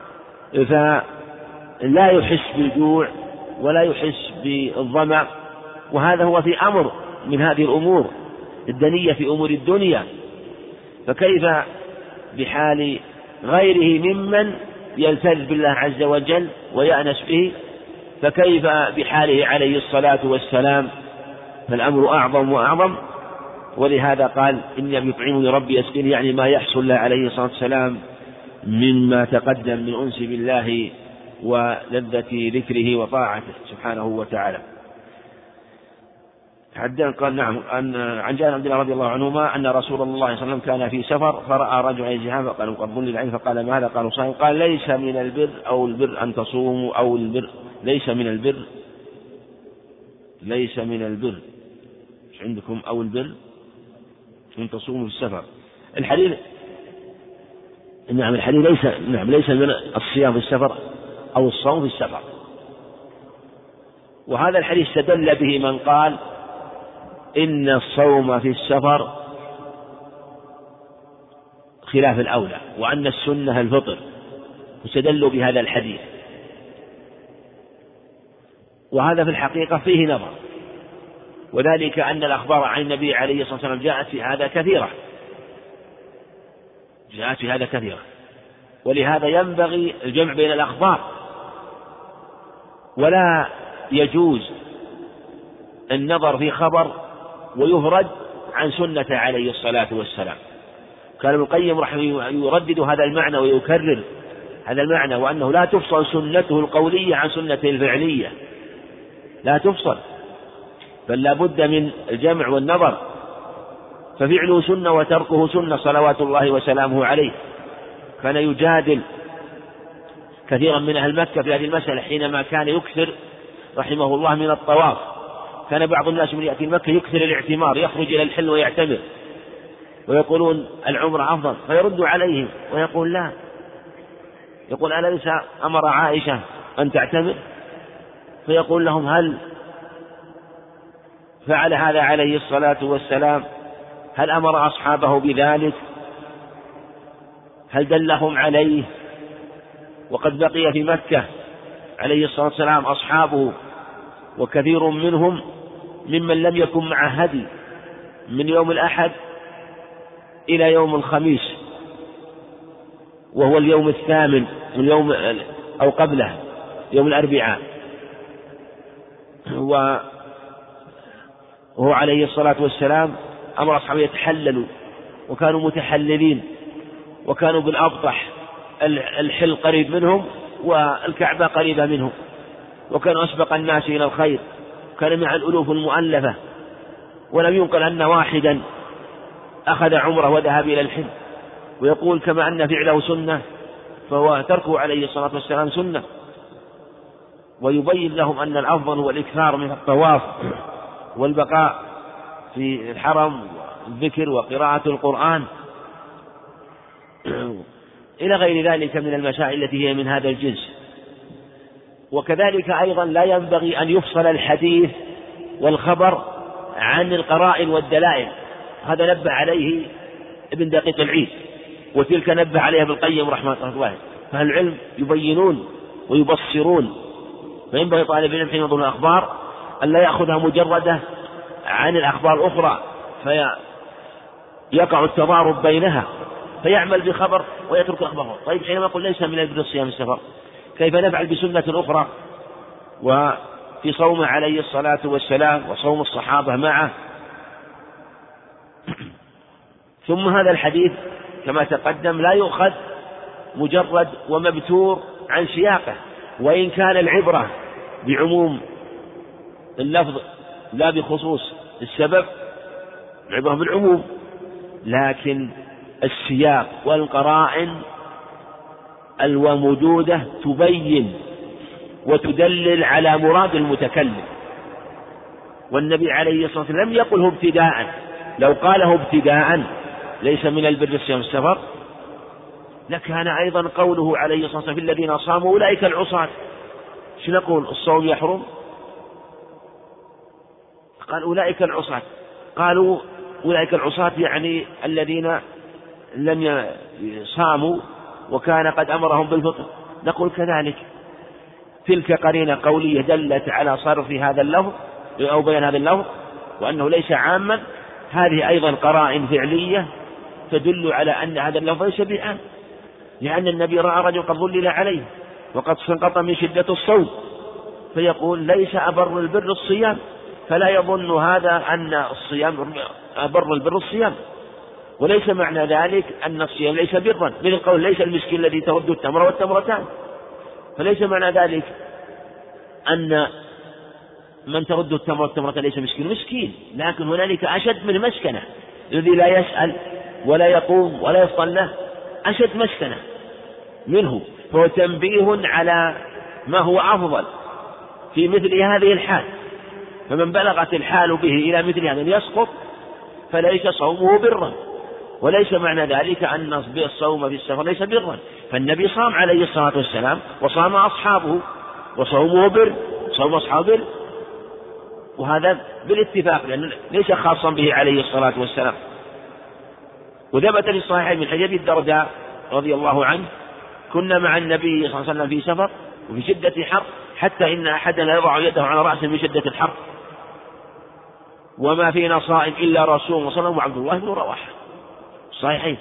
فلا يحس بالجوع ولا يحس بالظمأ. وهذا هو في أمر من هذه الأمور الدنية في أمور الدنيا، فكيف بحال غيره ممن يلتذ بالله عز وجل ويأنس به؟ فكيف بحاله عليه الصلاة والسلام؟ فالأمر أعظم وأعظم. ولهذا قال إني يطعمني ربي يسقيني، يعني ما يحصل له عليه الصلاة والسلام مما تقدم من أنس بالله ولذة ذكره وطاعته سبحانه وتعالى. قال نعم عن جابر بن رضي الله عنهما أن رسول الله صلى الله عليه وسلم كان في سفر فرأى رجلا يزحف فقال قد ظل العين، فقال ماذا؟ قالوا صائم. قال ليس من البر أو البر أن تصوموا أو البر ليس من البر، ليس من البر مش عندكم أو البر أن تصوموا في السفر. الحديث نعم الحديث ليس من الصيام في السفر أو الصوم في السفر. وهذا الحديث استدل به من قال إن الصوم في السفر خلاف الأولى وأن السنة الفطر، واستدلوا بهذا الحديث. وهذا في الحقيقة فيه نظر، وذلك أن الأخبار عن النبي عليه الصلاة والسلام جاءت في هذا كثيرة، ولهذا ينبغي الجمع بين الأخبار، ولا يجوز النظر في خبر ويفرد عن سنة عليه الصلاة والسلام. كان ابن القيم رحمه الله يردد هذا المعنى ويكرر هذا المعنى، وأنه لا تفصل سنته القولية عن سنته الفعلية، لا تفصل، بل لا بد من الجمع والنظر، ففعله سنة وتركه سنة صلوات الله وسلامه عليه. كان يجادل كثيرا من أهل مكة في هذه المسألة حينما كان يكثر رحمه الله من الطواف. كان بعض الناس من يأتي مكة يكثر الاعتمار، يخرج إلى الحل ويعتمر، ويقولون العمرة أفضل، فيرد عليهم ويقول لا، يقول أليس أمر عائشة أن تعتمر؟ فيقول لهم هل فعل هذا عليه الصلاة والسلام؟ هل أمر أصحابه بذلك؟ هل دلهم عليه؟ وقد بقي في مكة عليه الصلاة والسلام أصحابه وكثير منهم ممن لم يكن مع هدي من يوم الأحد إلى يوم الخميس، وهو اليوم الثامن من يوم أو قبله يوم الأربعاء، وهو عليه الصلاة والسلام أمر أصحابه يتحللوا، وكانوا متحللين، وكانوا بالأبطح الحل قريب منهم والكعبة قريبة منهم، وكانوا أسبق الناس إلى الخير، كان مع الألوف المؤلفة، ولم ينقل أن واحدا أخذ عمره وذهب إلى الحل. ويقول كما أن فعله سنة فهو تركه عليه الصلاة والسلام سنة، ويبين لهم أن الأفضل هو الإكثار من الطواف والبقاء في الحرم والذكر وقراءة القرآن إلى غير ذلك من المسائل التي هي من هذا الجنس. وكذلك أيضا لا ينبغي أن يفصل الحديث والخبر عن القرائن والدلائل. هذا نبه عليه ابن دقيق العيد، وتلك نبه عليها ابن القيم رحمه الله. فأهل العلم يبينون ويبصرون، فينبغي طالب العلم حين ينظر الأخبار أن لا يأخذها مجردة عن الأخبار الأخرى فيقع التضارب بينها، فيعمل بخبر ويترك أخباره. طيب حينما يقول ليس من البر صيام السفر، كيف نفعل بسنة أخرى وفي صومه عليه الصلاة والسلام وصوم الصحابة معه؟ ثم هذا الحديث كما تقدم لا يؤخذ مجرد ومبتور عن سياقه، وإن كان العبرة بعموم اللفظ لا بخصوص السبب، العبرة بالعموم، لكن السياق والقرائن الموجودة تبين وتدلل على مراد المتكلم. والنبي عليه الصلاة والسلام لم يقله ابتداء، لو قاله ابتداء ليس من البر صيام السفر لكان أيضا قوله عليه الصلاة والسلام في الذين صاموا أولئك العصاة. شو نقول؟ الصوم يحرم؟ قال أولئك العصاة، قالوا أولئك العصاة يعني الذين لم يصاموا وكان قد أمرهم بالفطر. نقول كذلك تلك قرينة قولية دلت على صرف هذا اللفظ أو بيان هذا اللفظ وأنه ليس عاما. هذه أيضا قرائن فعلية تدل على أن هذا اللفظ ليس بعام، لأن النبي رأى رجل قد ظلل عليه وقد انقطع من شدة الصوم، فيقول ليس أبر البر الصيام، فلا يظن هذا أن الصيام أبر البر الصيام. وليس معنى ذلك أن الصيام ليس برا، من القول ليس المسكين الذي ترد التمر والتمرتان، فليس معنى ذلك أن من ترد التمر والتمرتان ليس مسكين، لكن هنالك أشد من مسكنة، الذي لا يسأل ولا يقوم ولا يفطن له أشد مسكنة منه، فهو تنبيه على ما هو أفضل في مثل هذه الحال. فمن بلغت الحال به إلى مثل هذا يسقط فليس صومه برا، وليس معنى ذلك أن الصوم في السفر ليس برا، فالنبي صام عليه الصلاة والسلام وصام أصحابه وصومه بر، صوم أصحابه بر، وهذا بالاتفاق لأنه ليس خاصا به عليه الصلاة والسلام. وثبت في الصحيحين من حديث الدرداء رضي الله عنه كنا مع النبي صلى الله عليه وسلم في سفر وفي شدة حر حتى إن أحدنا يضع يده على رأسه من شدة الحر وما فينا صائم إلا رسول الله صلى الله عليه وسلم وعبد الله بن رواحة، صحيحين.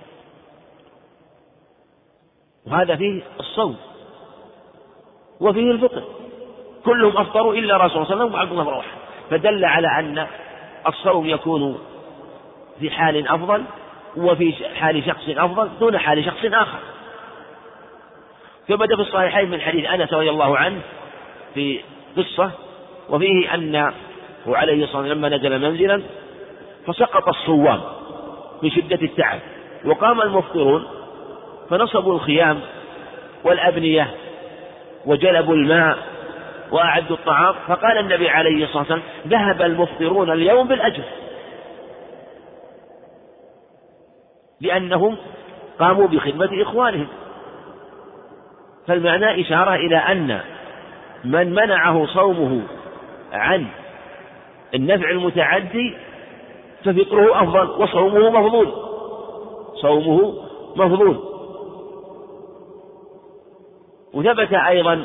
وهذا فيه الصوم وفيه الفطر، كلهم أفطروا إلا رسول الله صلى الله عليه وسلم وعبد الله بن رواحة، فدل على أن الصوم يكون في حال أفضل وفي حال شخص أفضل دون حال شخص آخر. ثبت في الصحيحين من حديث أنس رضي الله عنه في قصة وفيه أنه عليه الصلاة والسلام لما نزل منزلا فسقط الصوام من شدة التعب وقام المفطرون فنصبوا الخيام والأبنية وجلبوا الماء وأعدوا الطعام، فقال النبي عليه الصلاة والسلام ذهب المفطرون اليوم بالأجر، لأنهم قاموا بخدمة إخوانهم. فالمعنى إشارة إلى أن من منعه صومه عن النفع المتعدي ففطره أفضل وصومه مفضول، صومه مفضول. وثبت أيضا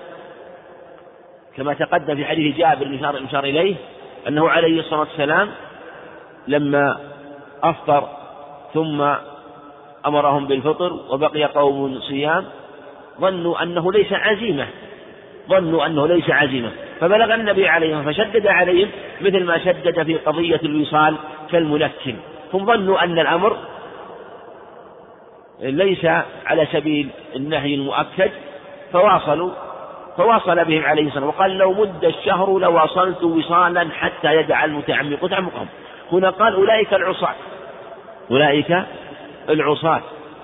كما تقدم في حديث جابر المشار إليه أنه عليه الصلاة والسلام لما أفطر ثم أمرهم بالفطر وبقي قوم صيام ظنوا أنه ليس عزيمة فبلغ النبي عليهم فشدد عليهم مثل ما شدد في قضية الوصال كالمنكل، هم ظنوا أن الأمر ليس على سبيل النهي المؤكد فواصل بهم عليه الصلاة وقال لو مد الشهر لواصلت وصالا حتى يدع المتعمق تعمقهم. هنا قال أولئك العصاة.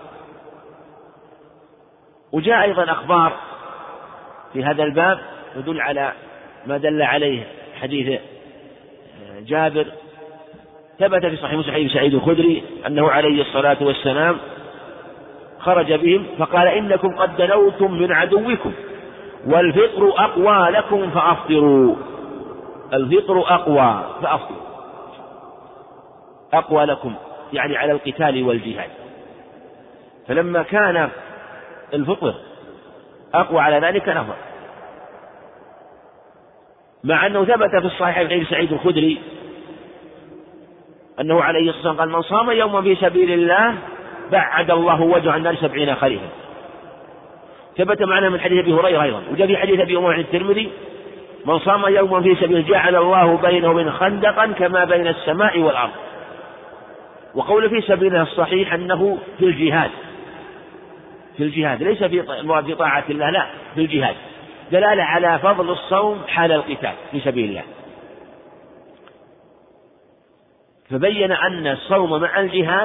وجاء أيضا أخبار في هذا الباب يدل على ما دل عليه حديث جابر، ثبت في صحيح مسلم سعيد الخدري أنه عليه الصلاة والسلام خرج بهم فقال إنكم قد دنوتم من عدوكم والفطر أقوى لكم فأفطروا، الفطر أقوى فأفطر، أقوى لكم يعني على القتال والجهاد. فلما كان الفطر أقوى على ذلك نفر، مع أنه ثبت في الصحيح عن أبي سعيد الخدري أنه عليه الصلاة والسلام قال: من صام يوما في سبيل الله بعد الله وجهه عن النار 70 خريفا. ثبت معنا من حديث أبي هريرة أيضا، وجاء في حديث أبي أمامة الترمذي: من صام يوما في سبيل جعل الله بينه وبين خندقا كما بين السماء والأرض. وقول في سبيله الصحيح أنه في الجهاد، في الجهاد ليس في طاعة الله، لا، في الجهاد، دلالة على فضل الصوم حال القتال في سبيل الله. فبين أن الصوم مع الجهاد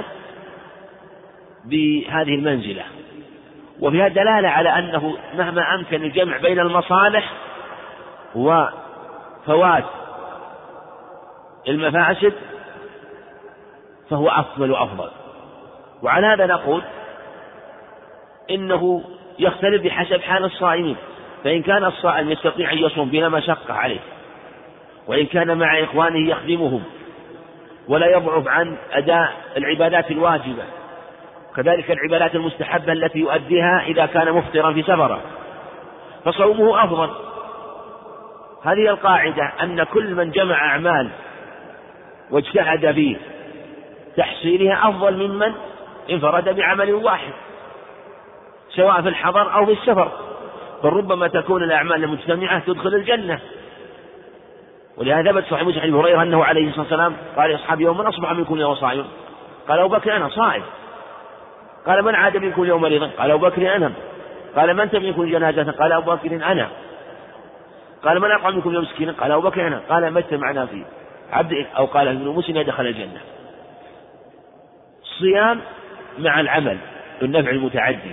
بهذه المنزلة، وفيها دلالة على أنه مهما أمكن الجمع بين المصالح وفوات المفاسد فهو أفضل وأفضل. وعلى هذا نقول إنه يختلف بحسب حال الصائمين، فإن كان الصائم يستطيع أن يصوم بلا مشقة عليه، وإن كان مع إخوانه يخدمهم ولا يضعف عن أداء العبادات الواجبة، كذلك العبادات المستحبة التي يؤديها إذا كان مفطرا في سفره، فصومه أفضل. هذه القاعدة، أن كل من جمع أعمال واجتهد في تحصيلها أفضل ممن انفرد بعمل واحد سواء في الحضر أو في السفر، بل ربما تكون الأعمال المجتمعة تدخل الجنة. ولهذا ثبت صحيح مسلم عن أبي هريرة أنه عليه الصلاة والسلام قال لأصحابه: يوم من أصبح منكم اليوم صائم؟ قال أبو بكر: أنا صائم. قال: من عاد منكم اليوم مريضا؟ قال أبو بكر: أنا. قال: من تبع منكم جنازة؟ قال أبو بكر: أنا. قال: من أطعم منكم اليوم مسكينا؟ قال أبو بكر: أنا. قال: ما اجتمعنا فيه عبد أو قال ابن مسلم يدخل الجنة. الصيام مع العمل النفع المتعدي،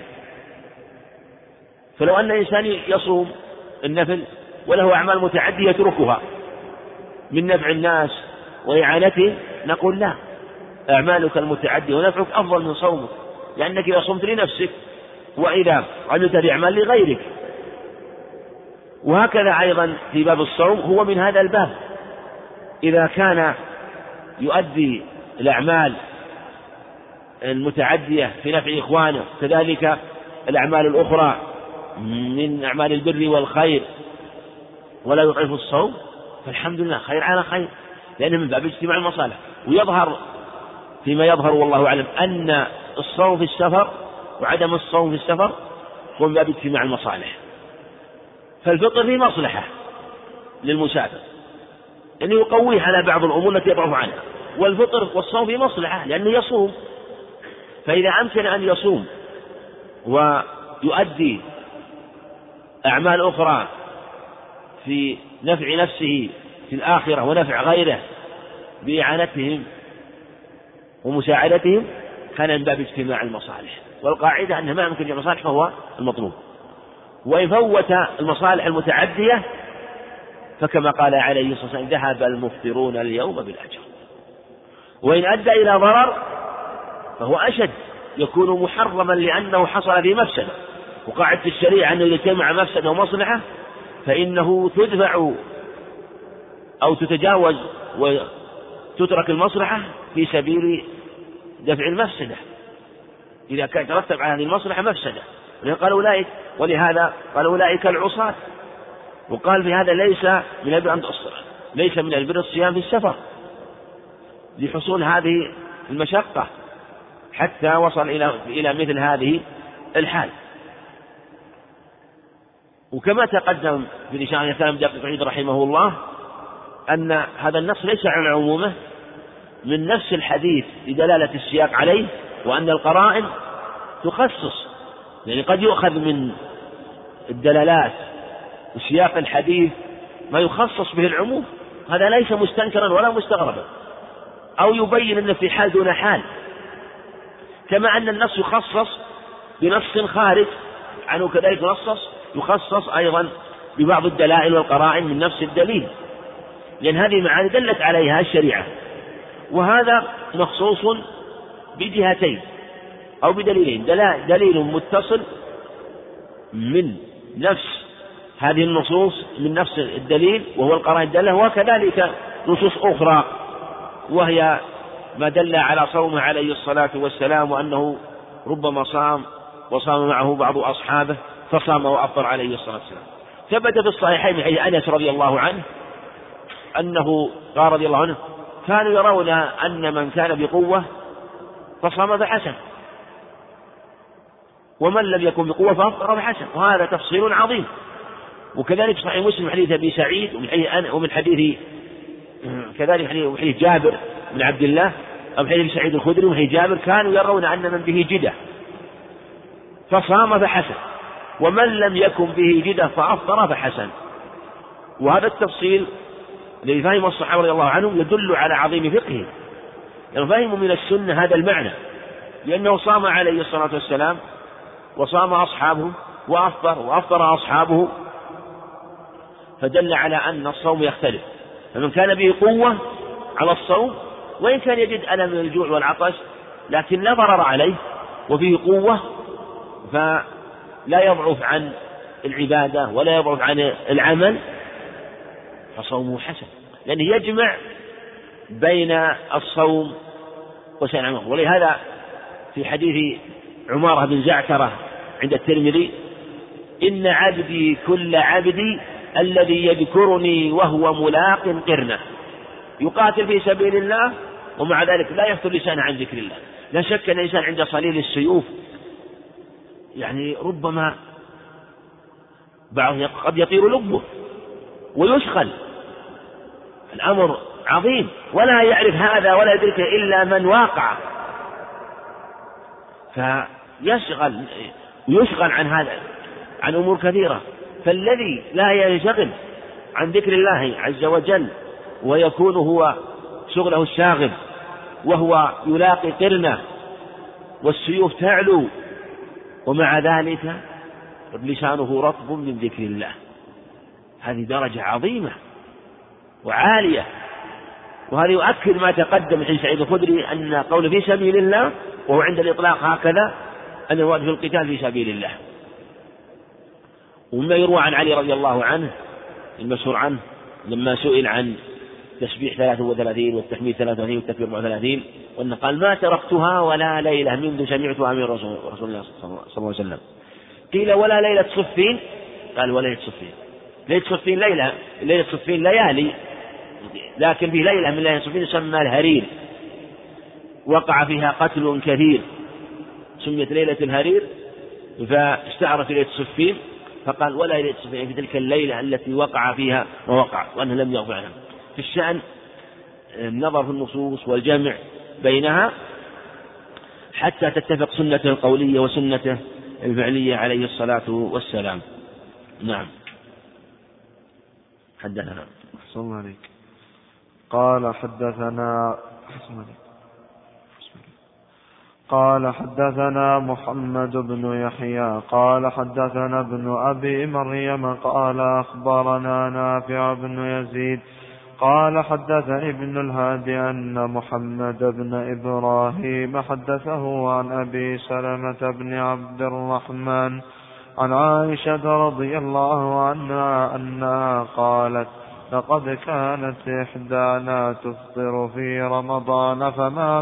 فلو أن إنسان يصوم النفل وله أعمال متعدية يتركها من نفع الناس وإعانته، نقول: لا، أعمالك المتعدية ونفعك أفضل من صومك، لأنك إذا صمت لنفسك وإذا عملت بأعمال لغيرك. وهكذا أيضا في باب الصوم هو من هذا الباب، إذا كان يؤدي الأعمال المتعدية في نفع إخوانه، كذلك الأعمال الأخرى من أعمال البر والخير ولا يضعف الصوم، فالحمد لله خير على خير، لأنه من باب اجتماع المصالح. ويظهر فيما يظهر والله أعلم أن الصوم في السفر وعدم الصوم في السفر هو من باب اجتماع المصالح. فالفطر فيه مصلحة للمسافر لأنه يقويه على بعض الأمور التي يضعف عنها، والفطر والصوم فيه مصلحة لأنه يصوم، فإذا أمكن أن يصوم ويؤدي أعمال أخرى في نفع نفسه في الآخرة ونفع غيره بإعانتهم ومساعدتهم، كان من باب اجتماع المصالح. والقاعدة أنه ما يمكن جمع المصالح فهو المطلوب، وإن فوت المصالح المتعدية فكما قال عليه الصلاة والسلام: ذهب المفطرون اليوم بالأجر. وإن أدى إلى ضرر فهو أشد، يكون محرما لأنه حصل في مفسدة. وقاعدة الشريعة أنه إذا جمع مفسدة ومصلحة فإنه تدفع أو تتجاوز وتترك المصلحة في سبيل دفع المفسدة إذا كان يترتب على هذه المصلحة مفسدة. ولهذا قال: أولئك العصاة. وقال في هذا: ليس من البر الصيام في السفر، لحصول هذه المشقة حتى وصل إلى مثل هذه الحال. وكما تقدم في الإشارة الثانية دقيق عيد رحمه الله أن هذا النص ليس على عمومه من نفس الحديث لدلالة السياق عليه، وأن القرائن تخصص، يعني قد يؤخذ من الدلالات وسياق الحديث ما يخصص به العموم، هذا ليس مستنكرا ولا مستغربا، أو يبين أن في حال دون حال، كما أن النص يخصص بنص خارج عنه كذلك يخصص أيضا ببعض الدلائل والقرائن من نفس الدليل، لأن هذه معاني دلت عليها الشريعة. وهذا مخصوص بجهتين أو بدليلين: دليل متصل من نفس هذه النصوص من نفس الدليل وهو القرائن الدالة، وكذلك نصوص أخرى وهي ما دل على صومه عليه الصلاة والسلام، وأنه ربما صام وصام معه بعض أصحابه فصام وأفطر عليه الصلاة والسلام. ثبت في الصحيحين من حديث أنس رضي الله عنه أنه قال رضي الله عنه: كانوا يرون أن من كان بقوة فصام فحسن، ومن لم يكن بقوة فأفطر فحسن، وهذا تفصيل عظيم. وكذلك صحيح مسلم حديث أبي سعيد ومن حديث كذلك حديث جابر بن عبد الله أو حديث سعيد الخدري وحديث جابر، كانوا يرون أن من به جدة فصام فحسن، ومن لم يكن به جدة فأفطر فحسن. وهذا التفصيل الذي فهم الصحابة رضي الله عنهم يدل على عظيم فقهه، يعني فهموا من السنة هذا المعنى، لأنه صام عليه الصلاة والسلام وصام أصحابه وأفطر أصحابه، فدل على أن الصوم يختلف. فمن كان به قوة على الصوم وإن كان يجد ألم من الجوع والعطش لكن لا ضرر عليه وفيه قوة، فلا يضعف عن العبادة ولا يضعف عن العمل، فصومه حسن، لأنه يجمع بين الصوم وسائر العمل. ولهذا في حديث عمارة بن زعترة عند الترمذي: إن عبدي كل عبدي الذي يذكرني وهو ملاق قرنه، يقاتل في سبيل الله ومع ذلك لا يفتر لسانه عن ذكر الله. لا شك أن الإنسان عند صليل السيوف يعني ربما بعض قد يطير لبه ويشغل، الأمر عظيم، ولا يعرف هذا ولا يدركه إلا من واقع، ويشغل عن هذا عن أمور كثيرة. فالذي لا ينشغل عن ذكر الله عز وجل ويكون هو شغله الشاغل وهو يلاقي قرنه والسيوف تعلو ومع ذلك لسانه رطب من ذكر الله، هذه درجة عظيمة وعالية. وهذا يؤكد ما تقدم من سعيد الخدري أن قول في سبيل الله وهو عند الإطلاق هكذا أنه وقف في القتال في سبيل الله. وما يروى عن علي رضي الله عنه المشهور عنه لما سئل عن تسبيح 33 والتحميد 33 والتكبير 34 وأنه قال: ما تركتها ولا ليلة منذ سمعتها من رسول الله صلى الله عليه وسلم. قيل: ولا ليلة صفين؟ قال: ولا ليلة صفين. ليلة صفين ليلة صفين ليالي، لكن في ليلة من ليالي صفين يسمى الهرير، وقع فيها قتل كثير، سميت ليلة الهرير، فاستعرت ليلة صفين فقال: ولا ليلة صفين، في تلك الليلة التي وقع فيها ما وقع وأنه لم يغفر عنها. في الشأن النظر في النصوص والجمع بينها حتى تتفق سنته القولية وسنته الفعلية عليه الصلاة والسلام. نعم. حدثنا صلى عليك. قال حدثنا محمد بن يحيى قال حدثنا ابن أبي مريم قال أخبرنا نافع بن يزيد قال حدثني ابن الهادي أن محمد بن إبراهيم حدثه عن أبي سلمة بن عبد الرحمن عن عائشة رضي الله عنها أنها قالت: لقد كانت إحدانا تفطر في رمضان فما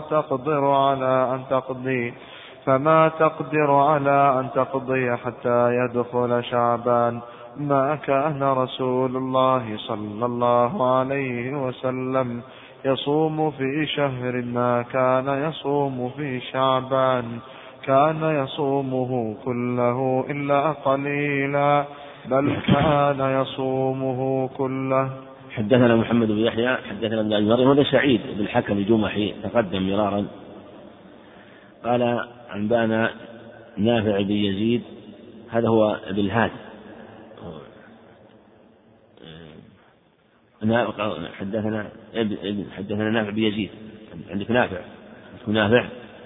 تقدر على أن تقضي حتى يدخل شعبان. ما كان رسول الله صلى الله عليه وسلم يصوم في شهر ما كان يصوم في شعبان، كان يصومه كله إلا قليلا، بل كان يصومه كله. حدثنا محمد بن يحيى حدثنا ابن أبي مريم هذا سعيد بن الحكم الجمحي تقدم مرارا قال: أنبانا نافع بن يزيد، هذا هو ابن الهادي، حدثنا نافع بن يزيد، عندك نافع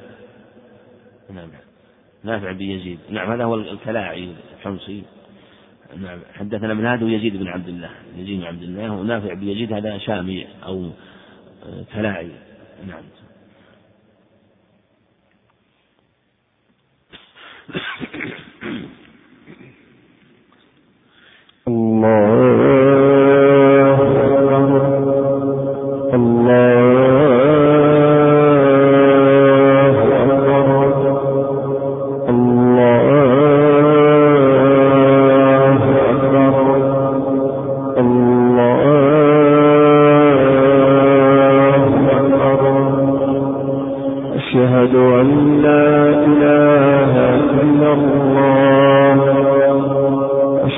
بن يزيد، نعم هذا هو الكلاعي الحمصي، نعم. حدثنا ابن هادي ويزيد بن عبد الله ونافع بن يزيد هذا شامي أو كلاعي، نعم. الله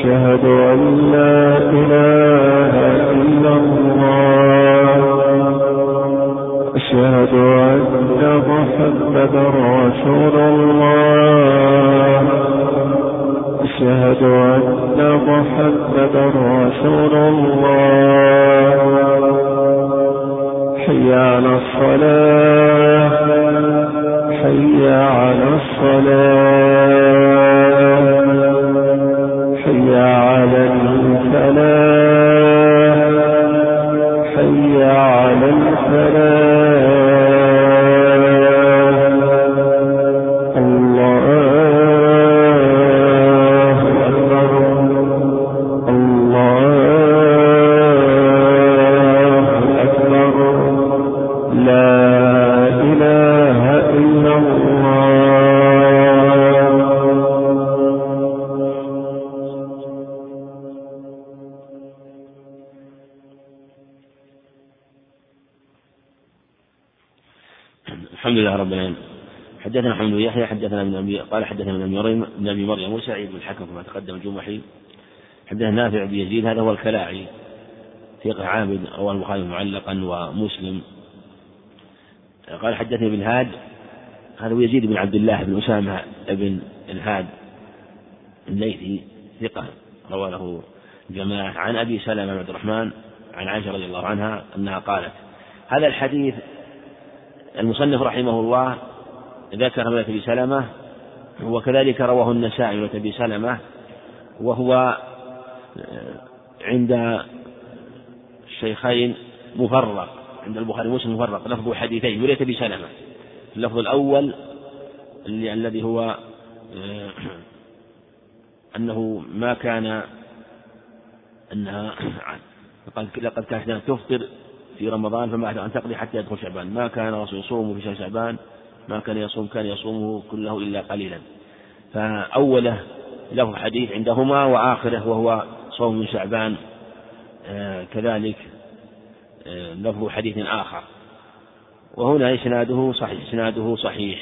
أشهد أن لا إله إلا الله أشهد أن محمدا رسول الله أشهد أن محمدا رسول الله حي على الصلاة حي على الصلاة حي على الفلاح حي على الفلاح الله أكبر الله أكبر لا إله إلا الله. الحمد لله رب العالمين. حدثنا محمد بن يحيى حدثنا قال حدثنا ابن ابي مريم وسعيد بن الحكم كما تقدم الجمحي. حدثنا نافع بن يزيد هذا هو الكلاعي ثقة عابد رواه البخاري معلقا ومسلم. قال حدثني بن هاد هذا هو يزيد بن عبد الله بن أسامة بن الهاد الليثي ثقة روى له جماعة عن أبي سلمة بن عبد الرحمن عن عائشة رضي الله عنها أنها قالت. هذا الحديث المصنف رحمه الله ذكر من أبي سلمة وكذلك رواه النسائي من أبي سلمة وهو عند الشيخين مفرق عند البخاري ومسلم مفرق لفظ حديثين وليس أبي سلمة. اللفظ الأول الذي هو أنه ما كان أنها لقد كانت تفطر في رمضان فما أن تقضي حتى يدخل شعبان ما كان رسول يصوم في شهر شعبان ما كان يصومه كله إلا قليلا. فأوله لفظ حديث عندهما وآخره وهو صوم من شعبان كذلك لفظ حديث آخر. وهنا إسناده صحيح.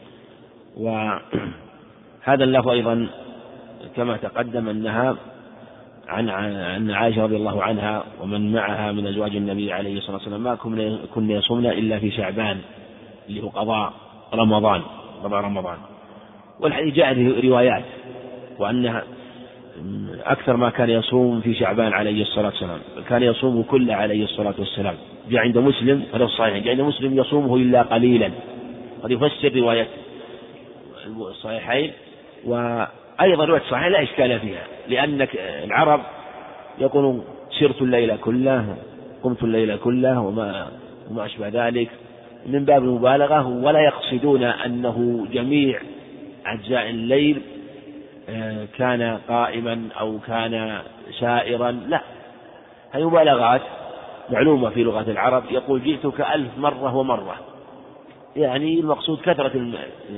وهذا اللفظ أيضا كما تقدم أنها عن عائشة رضي الله عنها ومن معها من أزواج النبي عليه الصلاة والسلام ما كنا يصومن إلا في شعبان اللي هو قضاء رمضان. والحديث جاء روايات وأنها أكثر ما كان يصوم في شعبان عليه الصلاة والسلام كان يصوم كله عليه الصلاة والسلام. جاء عند مسلم هذا الصحيح جاء عند مسلم يصومه إلا قليلا. قد يفسر رواية الصحيحين وأيضا رواية الصحيح لا إشكال فيها لأن العرب يقولون سرت الليل كله قمت الليل كله وما أشبه ذلك من باب المبالغة ولا يقصدون أنه جميع أجزاء الليل كان قائما أو كان سائرا لا. هذه مبالغات معلومة في لغة العرب. يقول جئتك 1000 مرة ومرة يعني المقصود كثرة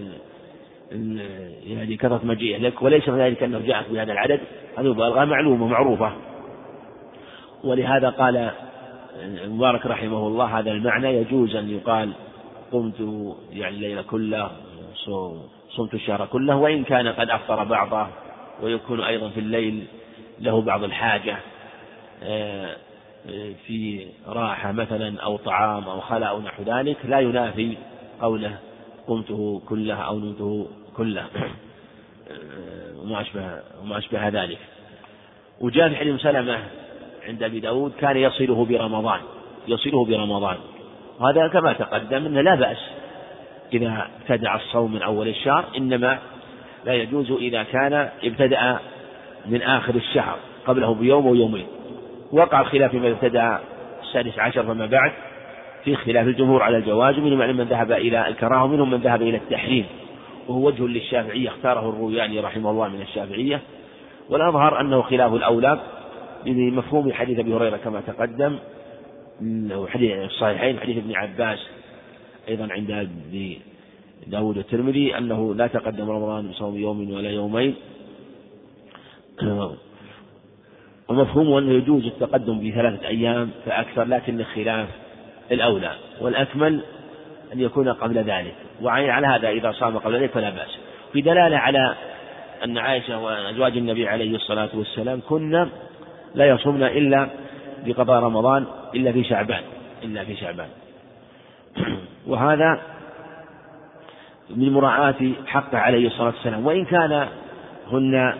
يعني كثرة مجيئه لك وليس ذلك أنه جاءك بهذا العدد. هذه مبالغة معلومة معروفة. ولهذا قال المبارك رحمه الله هذا المعنى يجوز أن يقال قمت يعني الليل كله صمت الشهر كله وإن كان قد أفطر بعضه ويكون أيضا في الليل له بعض الحاجة في راحة مثلا أو طعام أو خلاء أو نحو ذلك لا ينافي قوله قمته كله أو نمته كله وما أشبه ذلك. وجاء في حديث سلمة عند أبي داود كان يصله برمضان وهذا كما تقدم أنه لا بأس إذا ابتدأ الصوم من أول الشهر إنما لا يجوز إذا كان ابتدأ من آخر الشهر قبله بيوم ويومين. وقع الخلاف فيما ابتدأ 16 فما بعد في خلاف الجمهور على الجواز منهم من ذهب إلى الكراهة ومنهم من ذهب إلى التحريم وهو وجه للشافعية اختاره الروياني رحمه الله من الشافعية. والأظهر أنه خلاف الأولى بمفهوم حديث أبي هريرة كما تقدم حديث الصحيحين حديث ابن عباس أيضا عند ابن داود الترمذي أنه لا تقدم رمضان بصوم يوم ولا يومين. ومفهوم أنه يجوز التقدم ب3 أيام فأكثر لكن الخلاف الأولى والأكمل أن يكون قبل ذلك. وعلى هذا إذا صام قبل ذلك فلا بأس. في دلالة على أن عائشة وأزواج النبي عليه الصلاة والسلام كنا لا يصومن إلا بقضاء رمضان إلا في شعبان وهذا من مراعاة حقه عليه الصلاة والسلام، وإن كان هن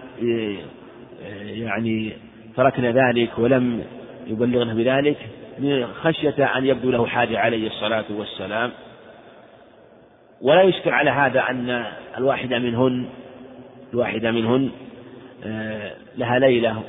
يعني تركن ذلك ولم يبلغن بذلك خشية أن يبدو له حاجة عليه الصلاة والسلام. ولا يشكل على هذا أن الواحدة منهن لها ليلة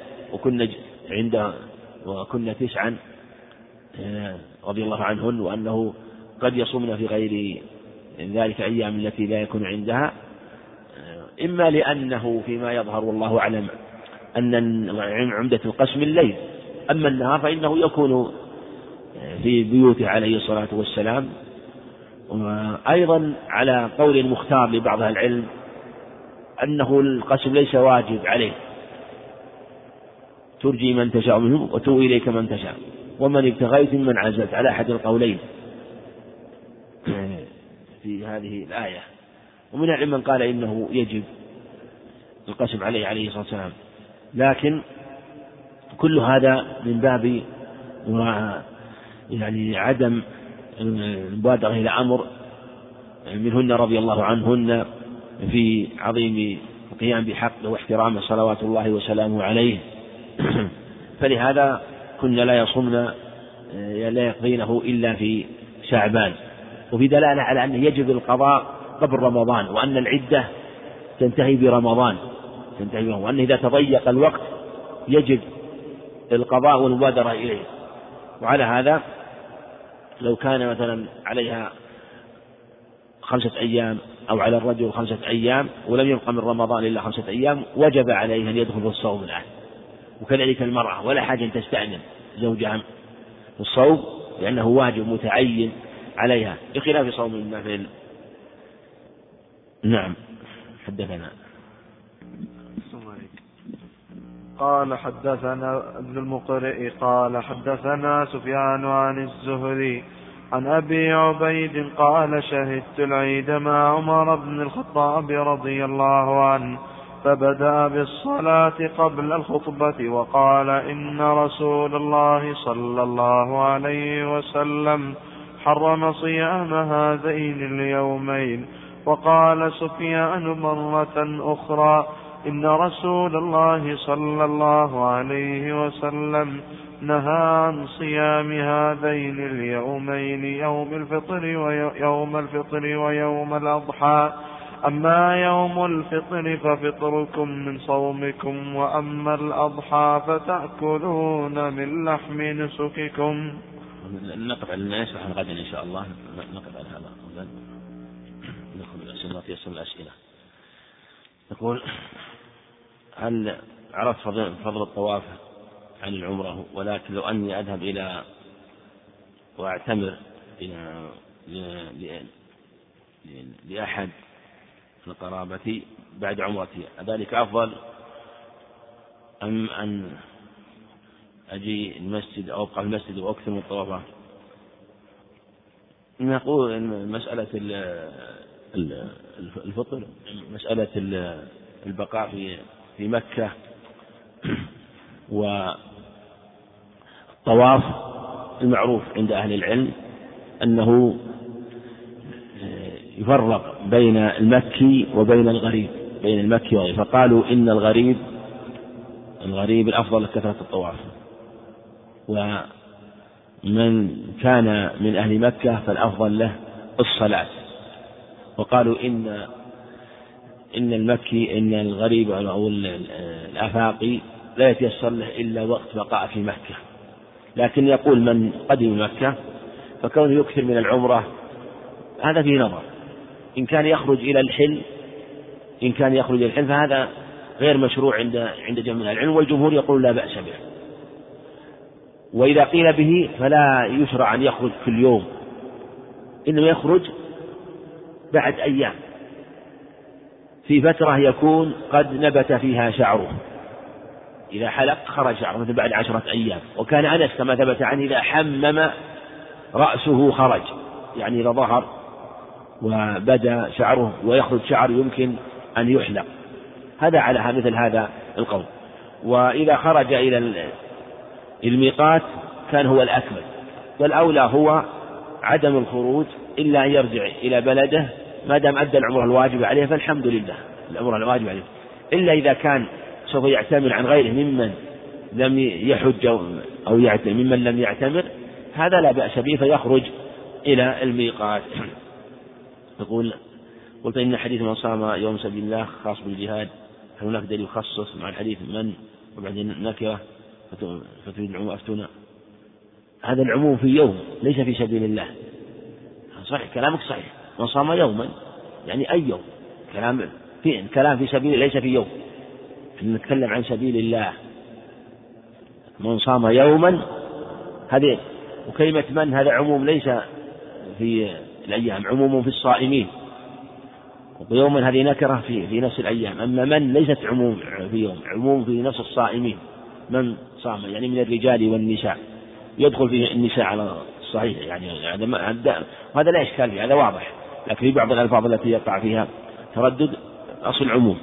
وكنا 9 رضي الله عنهن، وأنه قد يصومن في غير ذلك أيام التي لا يكون عندها، إما لأنه فيما يظهر والله أعلم أن عمدة القسم الليل، أما النهار فإنه يكون في بيوته عليه الصلاة والسلام. وأيضا على قول مختار لبعض العلم أنه القسم ليس واجب عليه، ترجي من تشاء منهم وتؤوي إليك من تشاء ومن ابتغيت ممن عزلت، على أحد القولين في هذه الآية. ومن العلم من قال إنه يجب القسم عليه الصلاة والسلام، لكن كل هذا من باب يعني عدم المبادرة إلى أمر منهن رضي الله عنهن في عظيم القيام بحقه واحترام صلوات الله وسلامه عليه. فلهذا كنا لا يقضينه إلا في شعبان. وفي دلالة على أنه يجب القضاء قبل رمضان، وأن العدة تنتهي برمضان، وأن إذا تضيق الوقت يجب القضاء والمبادرة إليه. وعلى هذا لو كان مثلا عليها 5 أيام أو على الرجل 5 أيام ولم يبقى من رمضان إلا 5 أيام وجب عليه أن يدخل في الصوم الآن. وكذلك المرأة ولا حاجة أن تستأذن زوجها في الصوم لأنه واجب متعين عليها، بخلاف صوم النفل. نعم. حدثنا قال حدثنا ابن المقرئ قال حدثنا سفيان عن الزهري عن أبي عبيد قال شهدت العيد مع عمر بن الخطاب رضي الله عنه فبدأ بالصلاة قبل الخطبة وقال إن رسول الله صلى الله عليه وسلم حرم صيام هذين اليومين. وقال سفيان مرة أخرى إن رسول الله صلى الله عليه وسلم نهى عن صيام هذين اليومين يوم الفطر ويوم الأضحى. أما يوم الفطر ففطركم من صومكم، وأما الأضحى فتأكلون من لحم نسككم. نقف على الناس غدا إن شاء الله، نقف على هذا ندخل الأسئلة. نقول: هل عرفت فضل الطواف عن العمرة، ولكن لو أني أذهب إلى وأعتمر لأحد من قرابتي بعد عمرتي، ذلك أفضل أم أن أجي المسجد أو أبقى في المسجد وأكثر من الطواف؟ نقول إن مسألة الفطر، مسألة البقاء في مكة والطواف المعروف عند أهل العلم أنه يفرق بين المكي وبين الغريب، فقالوا إن الغريب الأفضل كثرة الطواف، ومن كان من أهل مكة فالأفضل له الصلاة. وقالوا إن الغريب أو الآفاقي لا يتيسر له إلا وقت بقاء في مكة. لكن يقول من قدم مكة فكونه يكثر من العمرة هذا فيه نظر، إن كان يخرج إلى الحل فهذا غير مشروع عند جميع العلم، والجمهور يقول لا بأس به. وإذا قيل به فلا يشرع أن يخرج كل يوم، إنما يخرج بعد أيام في فترة يكون قد نبت فيها شعره، إذا حلق خرج شعره مثل بعد 10 أيام. وكان أنس كما ثبت عنه إذا حمم رأسه خرج، يعني إذا ظهر وبدأ شعره ويخرج شعر يمكن أن يحلق. هذا على مثل هذا القول. وإذا خرج إلى الميقات كان هو الأكمل، والأولى هو عدم الخروج إلا أن يرجع إلى بلده ما دام أدى العمرة الواجب عليه فالحمد لله، العمرة الواجب عليه. إلا إذا كان سوف يعتمر عن غيره ممن لم يحج أو ممن لم يعتمر، هذا لا بأس به فيخرج إلى الميقات. يقول قلت إن حديث من صام يوم سبيل الله خاص بالجهاد، هل هناك دليل يخصص مع الحديث من وبعدين نكرة فتريد العموم أفتنا؟ هذا العموم في يوم ليس في سبيل الله. صحيح كلامك صحيح، من صام يوما يعني أي يوم، كلام في سبيل ليس في يوم، نتكلم عن سبيل الله. من صام يوما هذه، وكلمة من هذا عموم ليس في الأيام، عموم في الصائمين، ويوما هذه نكرة في نفس الأيام. أما من ليست عموم في يوم، عموم في نفس الصائمين، من صام يعني من الرجال والنساء، يدخل فيه النساء على الصحيح يعني هذا لا إشكال فيه، هذا واضح. لكن في بعض الألفاظ التي يقع فيها تردد أصل عموم.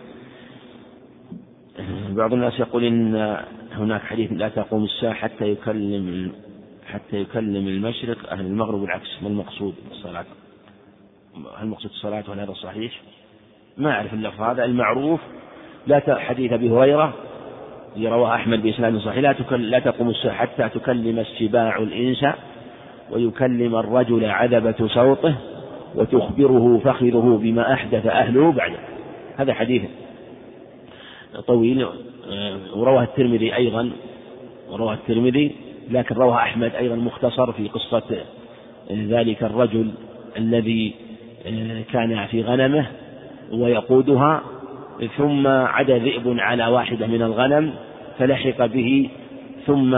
بعض الناس يقول إن هناك حديث لا تقوم الساعة حتى يكلم المشرق أهل المغرب والعكس. ما المقصود الصلاة؟ هل مقصود الصلاة ولا هذا صحيح؟ ما أعرف اللفظ هذا. المعروف حديث أبي هريرة رواه أحمد بإسناد صحيح لا تقوم الساعة حتى تكلم السباع الإنس ويكلم الرجل عذبة صوته وتخبره فخذه بما أحدث أهله بعده. هذا حديث طويل ورواه الترمذي أيضا، لكن رواه أحمد أيضا مختصر في قصة ذلك الرجل الذي كان في غنمه ويقودها، ثم عدا ذئب على واحدة من الغنم فلحق به، ثم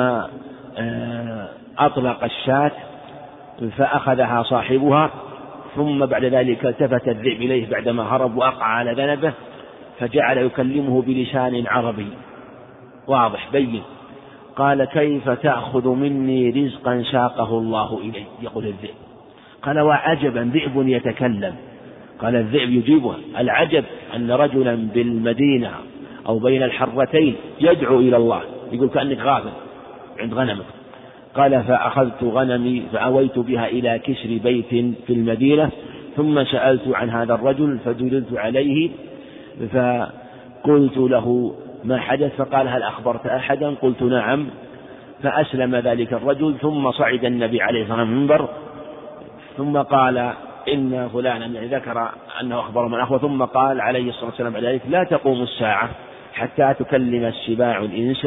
أطلق الشاة فأخذها صاحبها، ثم بعد ذلك التفت الذئب إليه بعدما هرب وأقع على ذنبه فجعل يكلمه بلسان عربي واضح بين. قال كيف تأخذ مني رزقا ساقه الله إلي؟ يقول الذئب. قال وعجبا ذئب يتكلم. قال الذئب يجيبه العجب أن رجلا بالمدينة أو بين الحرتين يدعو إلى الله، يقول كأنك غافل عند غنمك. قال فأخذت غنمي فأويت بها إلى كسر بيت في المدينة، ثم سألت عن هذا الرجل فدللت عليه فقلت له ما حدث؟ فقال هل أخبرت أحدا؟ قلت نعم. فأسلم ذلك الرجل، ثم صعد النبي عليه الصلاة والسلام المنبر ثم قال إن فلانا ذكر أنه أخبر من أخبر، ثم قال عليه الصلاة والسلام بعد ذلك لا تقوم الساعة حتى تكلم السباع الإنس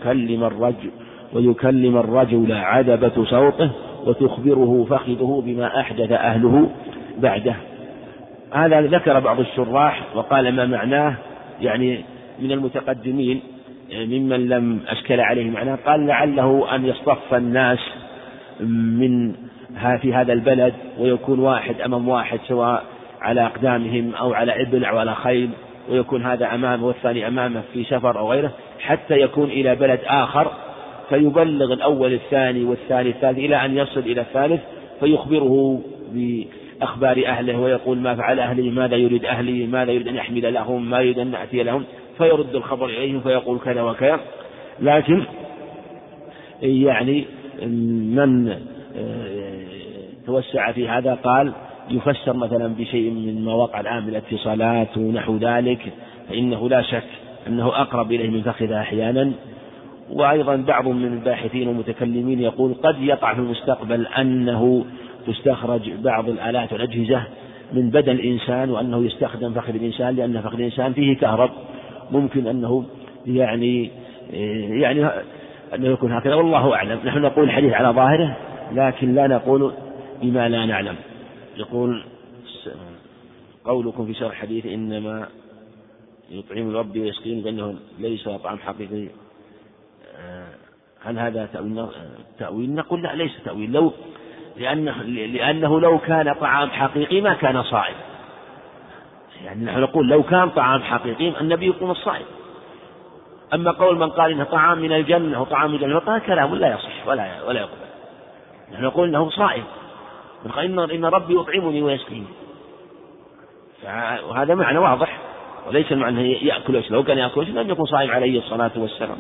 ويكلم الرجل عذبة صوته وتخبره فخذه بما أحدث أهله بعده. هذا ذكر بعض الشراح وقال ما معناه يعني من المتقدمين ممن لم أشكل عليه معناه، قال لعله أن يصطف الناس في هذا البلد ويكون واحد أمام واحد سواء على أقدامهم أو على إبل أو على خيل، ويكون هذا أمامه والثاني أمامه في سفر أو غيره، حتى يكون إلى بلد آخر فيبلغ الأول الثاني والثاني الثالث إلى أن يصل إلى الثالث فيخبره بأخبار أهله ويقول ما فعل أهلي، ماذا يريد أهلي، ماذا يريد أن يحمل لهم، ما يريد أن نأتي لهم، فيرد الخبر إليهم فيقول كذا وكذا. لكن يعني من توسع في هذا قال يفسر مثلا بشيء من ما وقع الآن من الاتصالات ونحو ذلك، فإنه لا شك أنه أقرب إليه من فخذها أحيانا. وأيضا بعض من الباحثين والمتكلمين يقول قد يقع في المستقبل أنه تستخرج بعض الآلات والأجهزة من بدن الإنسان وأنه يستخدم فخذ الإنسان، لأن فخذ الإنسان فيه كهرب، ممكن أنه يعني أنه يكون هكذا، والله أعلم. نحن نقول الحديث على ظاهره لكن لا نقول بما لا نعلم. يقول قولكم في شرح الحديث إنما يطعم ربي ويسقين بأنه ليس طعام حقيقي، هل هذا تأويل؟ نقول لا ليس تأويل، لأنه لو كان طعام حقيقي ما كان صائم. يعني نحن نقول لو كان طعام حقيقي النبي يقوم الصائم. أما قول من قال إنه طعام من الجنة وطعام من الجنة فهذا كلام لا يصح ولا يقبل. نحن نقول إنه صائم، نقول إن ربي يطعمني ويسقيني، وهذا معنى واضح وليس المعنى أنه يأكل ويشرب، لو كان يأكل ويشرب لم يكن صائم عليه الصلاة والسلام.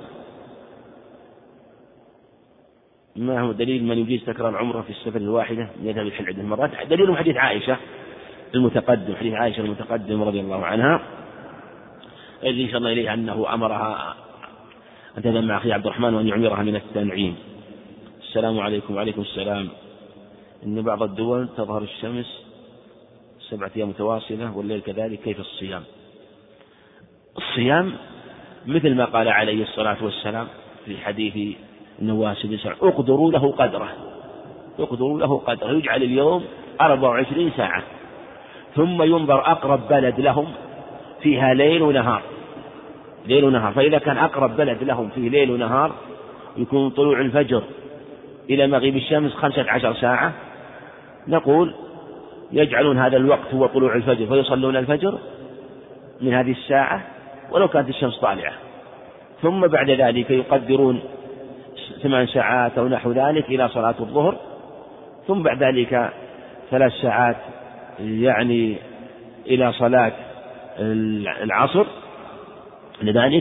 ما هو دليل من يجيز تكرار العمرة في السفر الواحدة يذهب الحج عدة مرات؟ دليل حديث عائشة المتقدم، حديث عائشة المتقدم رضي الله عنها الذي أشرنا إليه أنه أمرها أن تذهب مع أخي عبد الرحمن وأن يعمرها من التنعيم. السلام عليكم. وعليكم السلام. إن بعض الدول تظهر الشمس 7 أيام متواصلة والليل كذلك، كيف الصيام؟ الصيام مثل ما قال عليه الصلاة والسلام في حديث النواس بن سمعان: اقدروا له قدره، اقدروا له قدره، يجعل اليوم 24 ساعة، ثم ينظر أقرب بلد لهم فيها ليل ونهار، ليل ونهار. فإذا كان أقرب بلد لهم فيه ليل ونهار يكون طلوع الفجر إلى مغيب الشمس 15 ساعة، نقول يجعلون هذا الوقت هو طلوع الفجر فيصلون الفجر من هذه الساعة ولو كانت الشمس طالعة، ثم بعد ذلك يقدرون 8 ساعات أو نحو ذلك إلى صلاة الظهر، ثم بعد ذلك 3 ساعات يعني إلى صلاة العصر لذلك،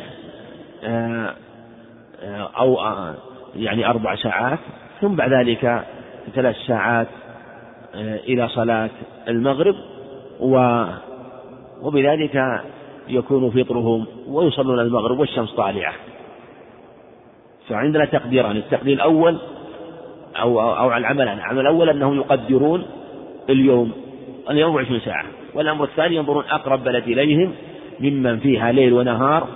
أو يعني 4 ساعات، ثم بعد ذلك 3 ساعات إلى صلاة المغرب، وبذلك يكون فطرهم ويصلون المغرب والشمس طالعة. فعندنا تقديران: التقدير الأول أو على العمل الأول أنهم يقدرون اليوم 20 ساعة، والأمر الثاني ينظرون أقرب بلد إليهم ممن فيها ليل ونهار،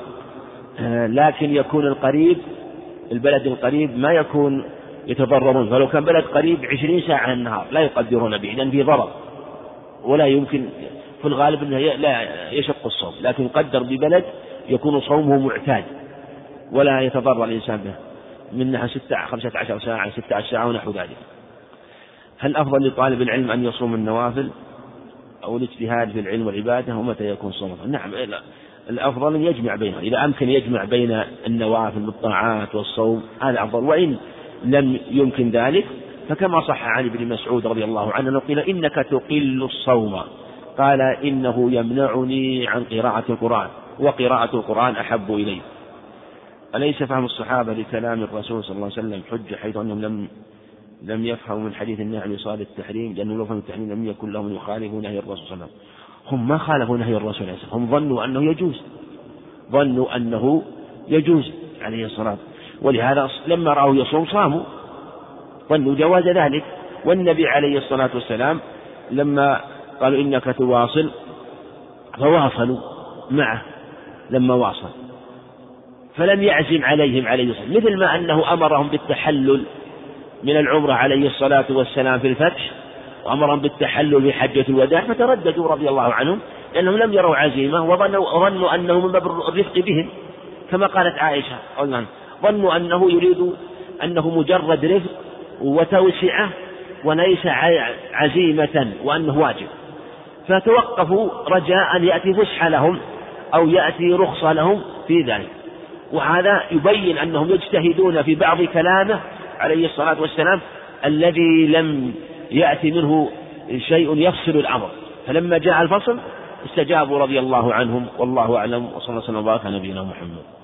لكن يكون القريب، البلد القريب ما يكون يتضررون، فلو كان بلد قريب 20 ساعة النهار لا يقدرون به لأن فيه ضرر ولا يمكن، في الغالب أنه لا يشق الصوم، لكن يقدر ببلد يكون صومه معتاد ولا يتضرر الإنسان به، منها 15 ساعة 16 ساعة ونحو ذلك. هل أفضل لطالب العلم أن يصوم النوافل أو الاجتهاد في العلم والعبادة، ومتى يكون صومه؟ نعم، الأفضل أن يجمع بينها، إذا أمكن يجمع بين النوافل بالطاعات والصوم هذا أفضل، وإن لم يمكن ذلك فكما صح عن ابن مسعود رضي الله عنه قيل: إنك تقل الصوم، قال: إنه يمنعني عن قراءة القرآن، وقراءة القرآن أحب إلي. أليس فهم الصحابة لكلام الرسول صلى الله عليه وسلم حجة، حيث أنهم لم يفهموا من حديث النهي عن إيصال التحريم، لأنه لو فهم التحريم لم يكن لهم يخالفوا نهي الرسول صلى الله عليه وسلم. هم ما خالفوا نهي الرسول صلى الله عليه وسلم، هم ظنوا أنه يجوز، ظنوا أنه يجوز عليه الصلاة، ولهذا لما رأوا يصوم صاموا، ظنوا جواز ذلك. والنبي عليه الصلاة والسلام لما قالوا إنك تواصل فواصلوا معه لما واصل، فلم يعزم عليهم عليه الصلاة، مثل ما أنه أمرهم بالتحلل من العمرة عليه الصلاة والسلام في الفتح، وأمرهم بالتحلل في حجة الوداع، فترددوا رضي الله عنهم لأنهم لم يروا عزيمة، وظنوا أنه من باب الرفق بهم، كما قالت عائشة: ظنوا أنه يريد أنه مجرد رفق وتوسعة وليس عزيمة وأنه واجب، فتوقفوا رجاء أن يأتي فسحة لهم أو يأتي رخصة لهم في ذلك. وهذا يبين أنهم يجتهدون في بعض كلامه عليه الصلاة والسلام الذي لم يأتي منه شيء يفصل الأمر، فلما جاء الفصل استجابوا رضي الله عنهم، والله أعلم، وصلى الله وسلم وبارك على نبينا محمد.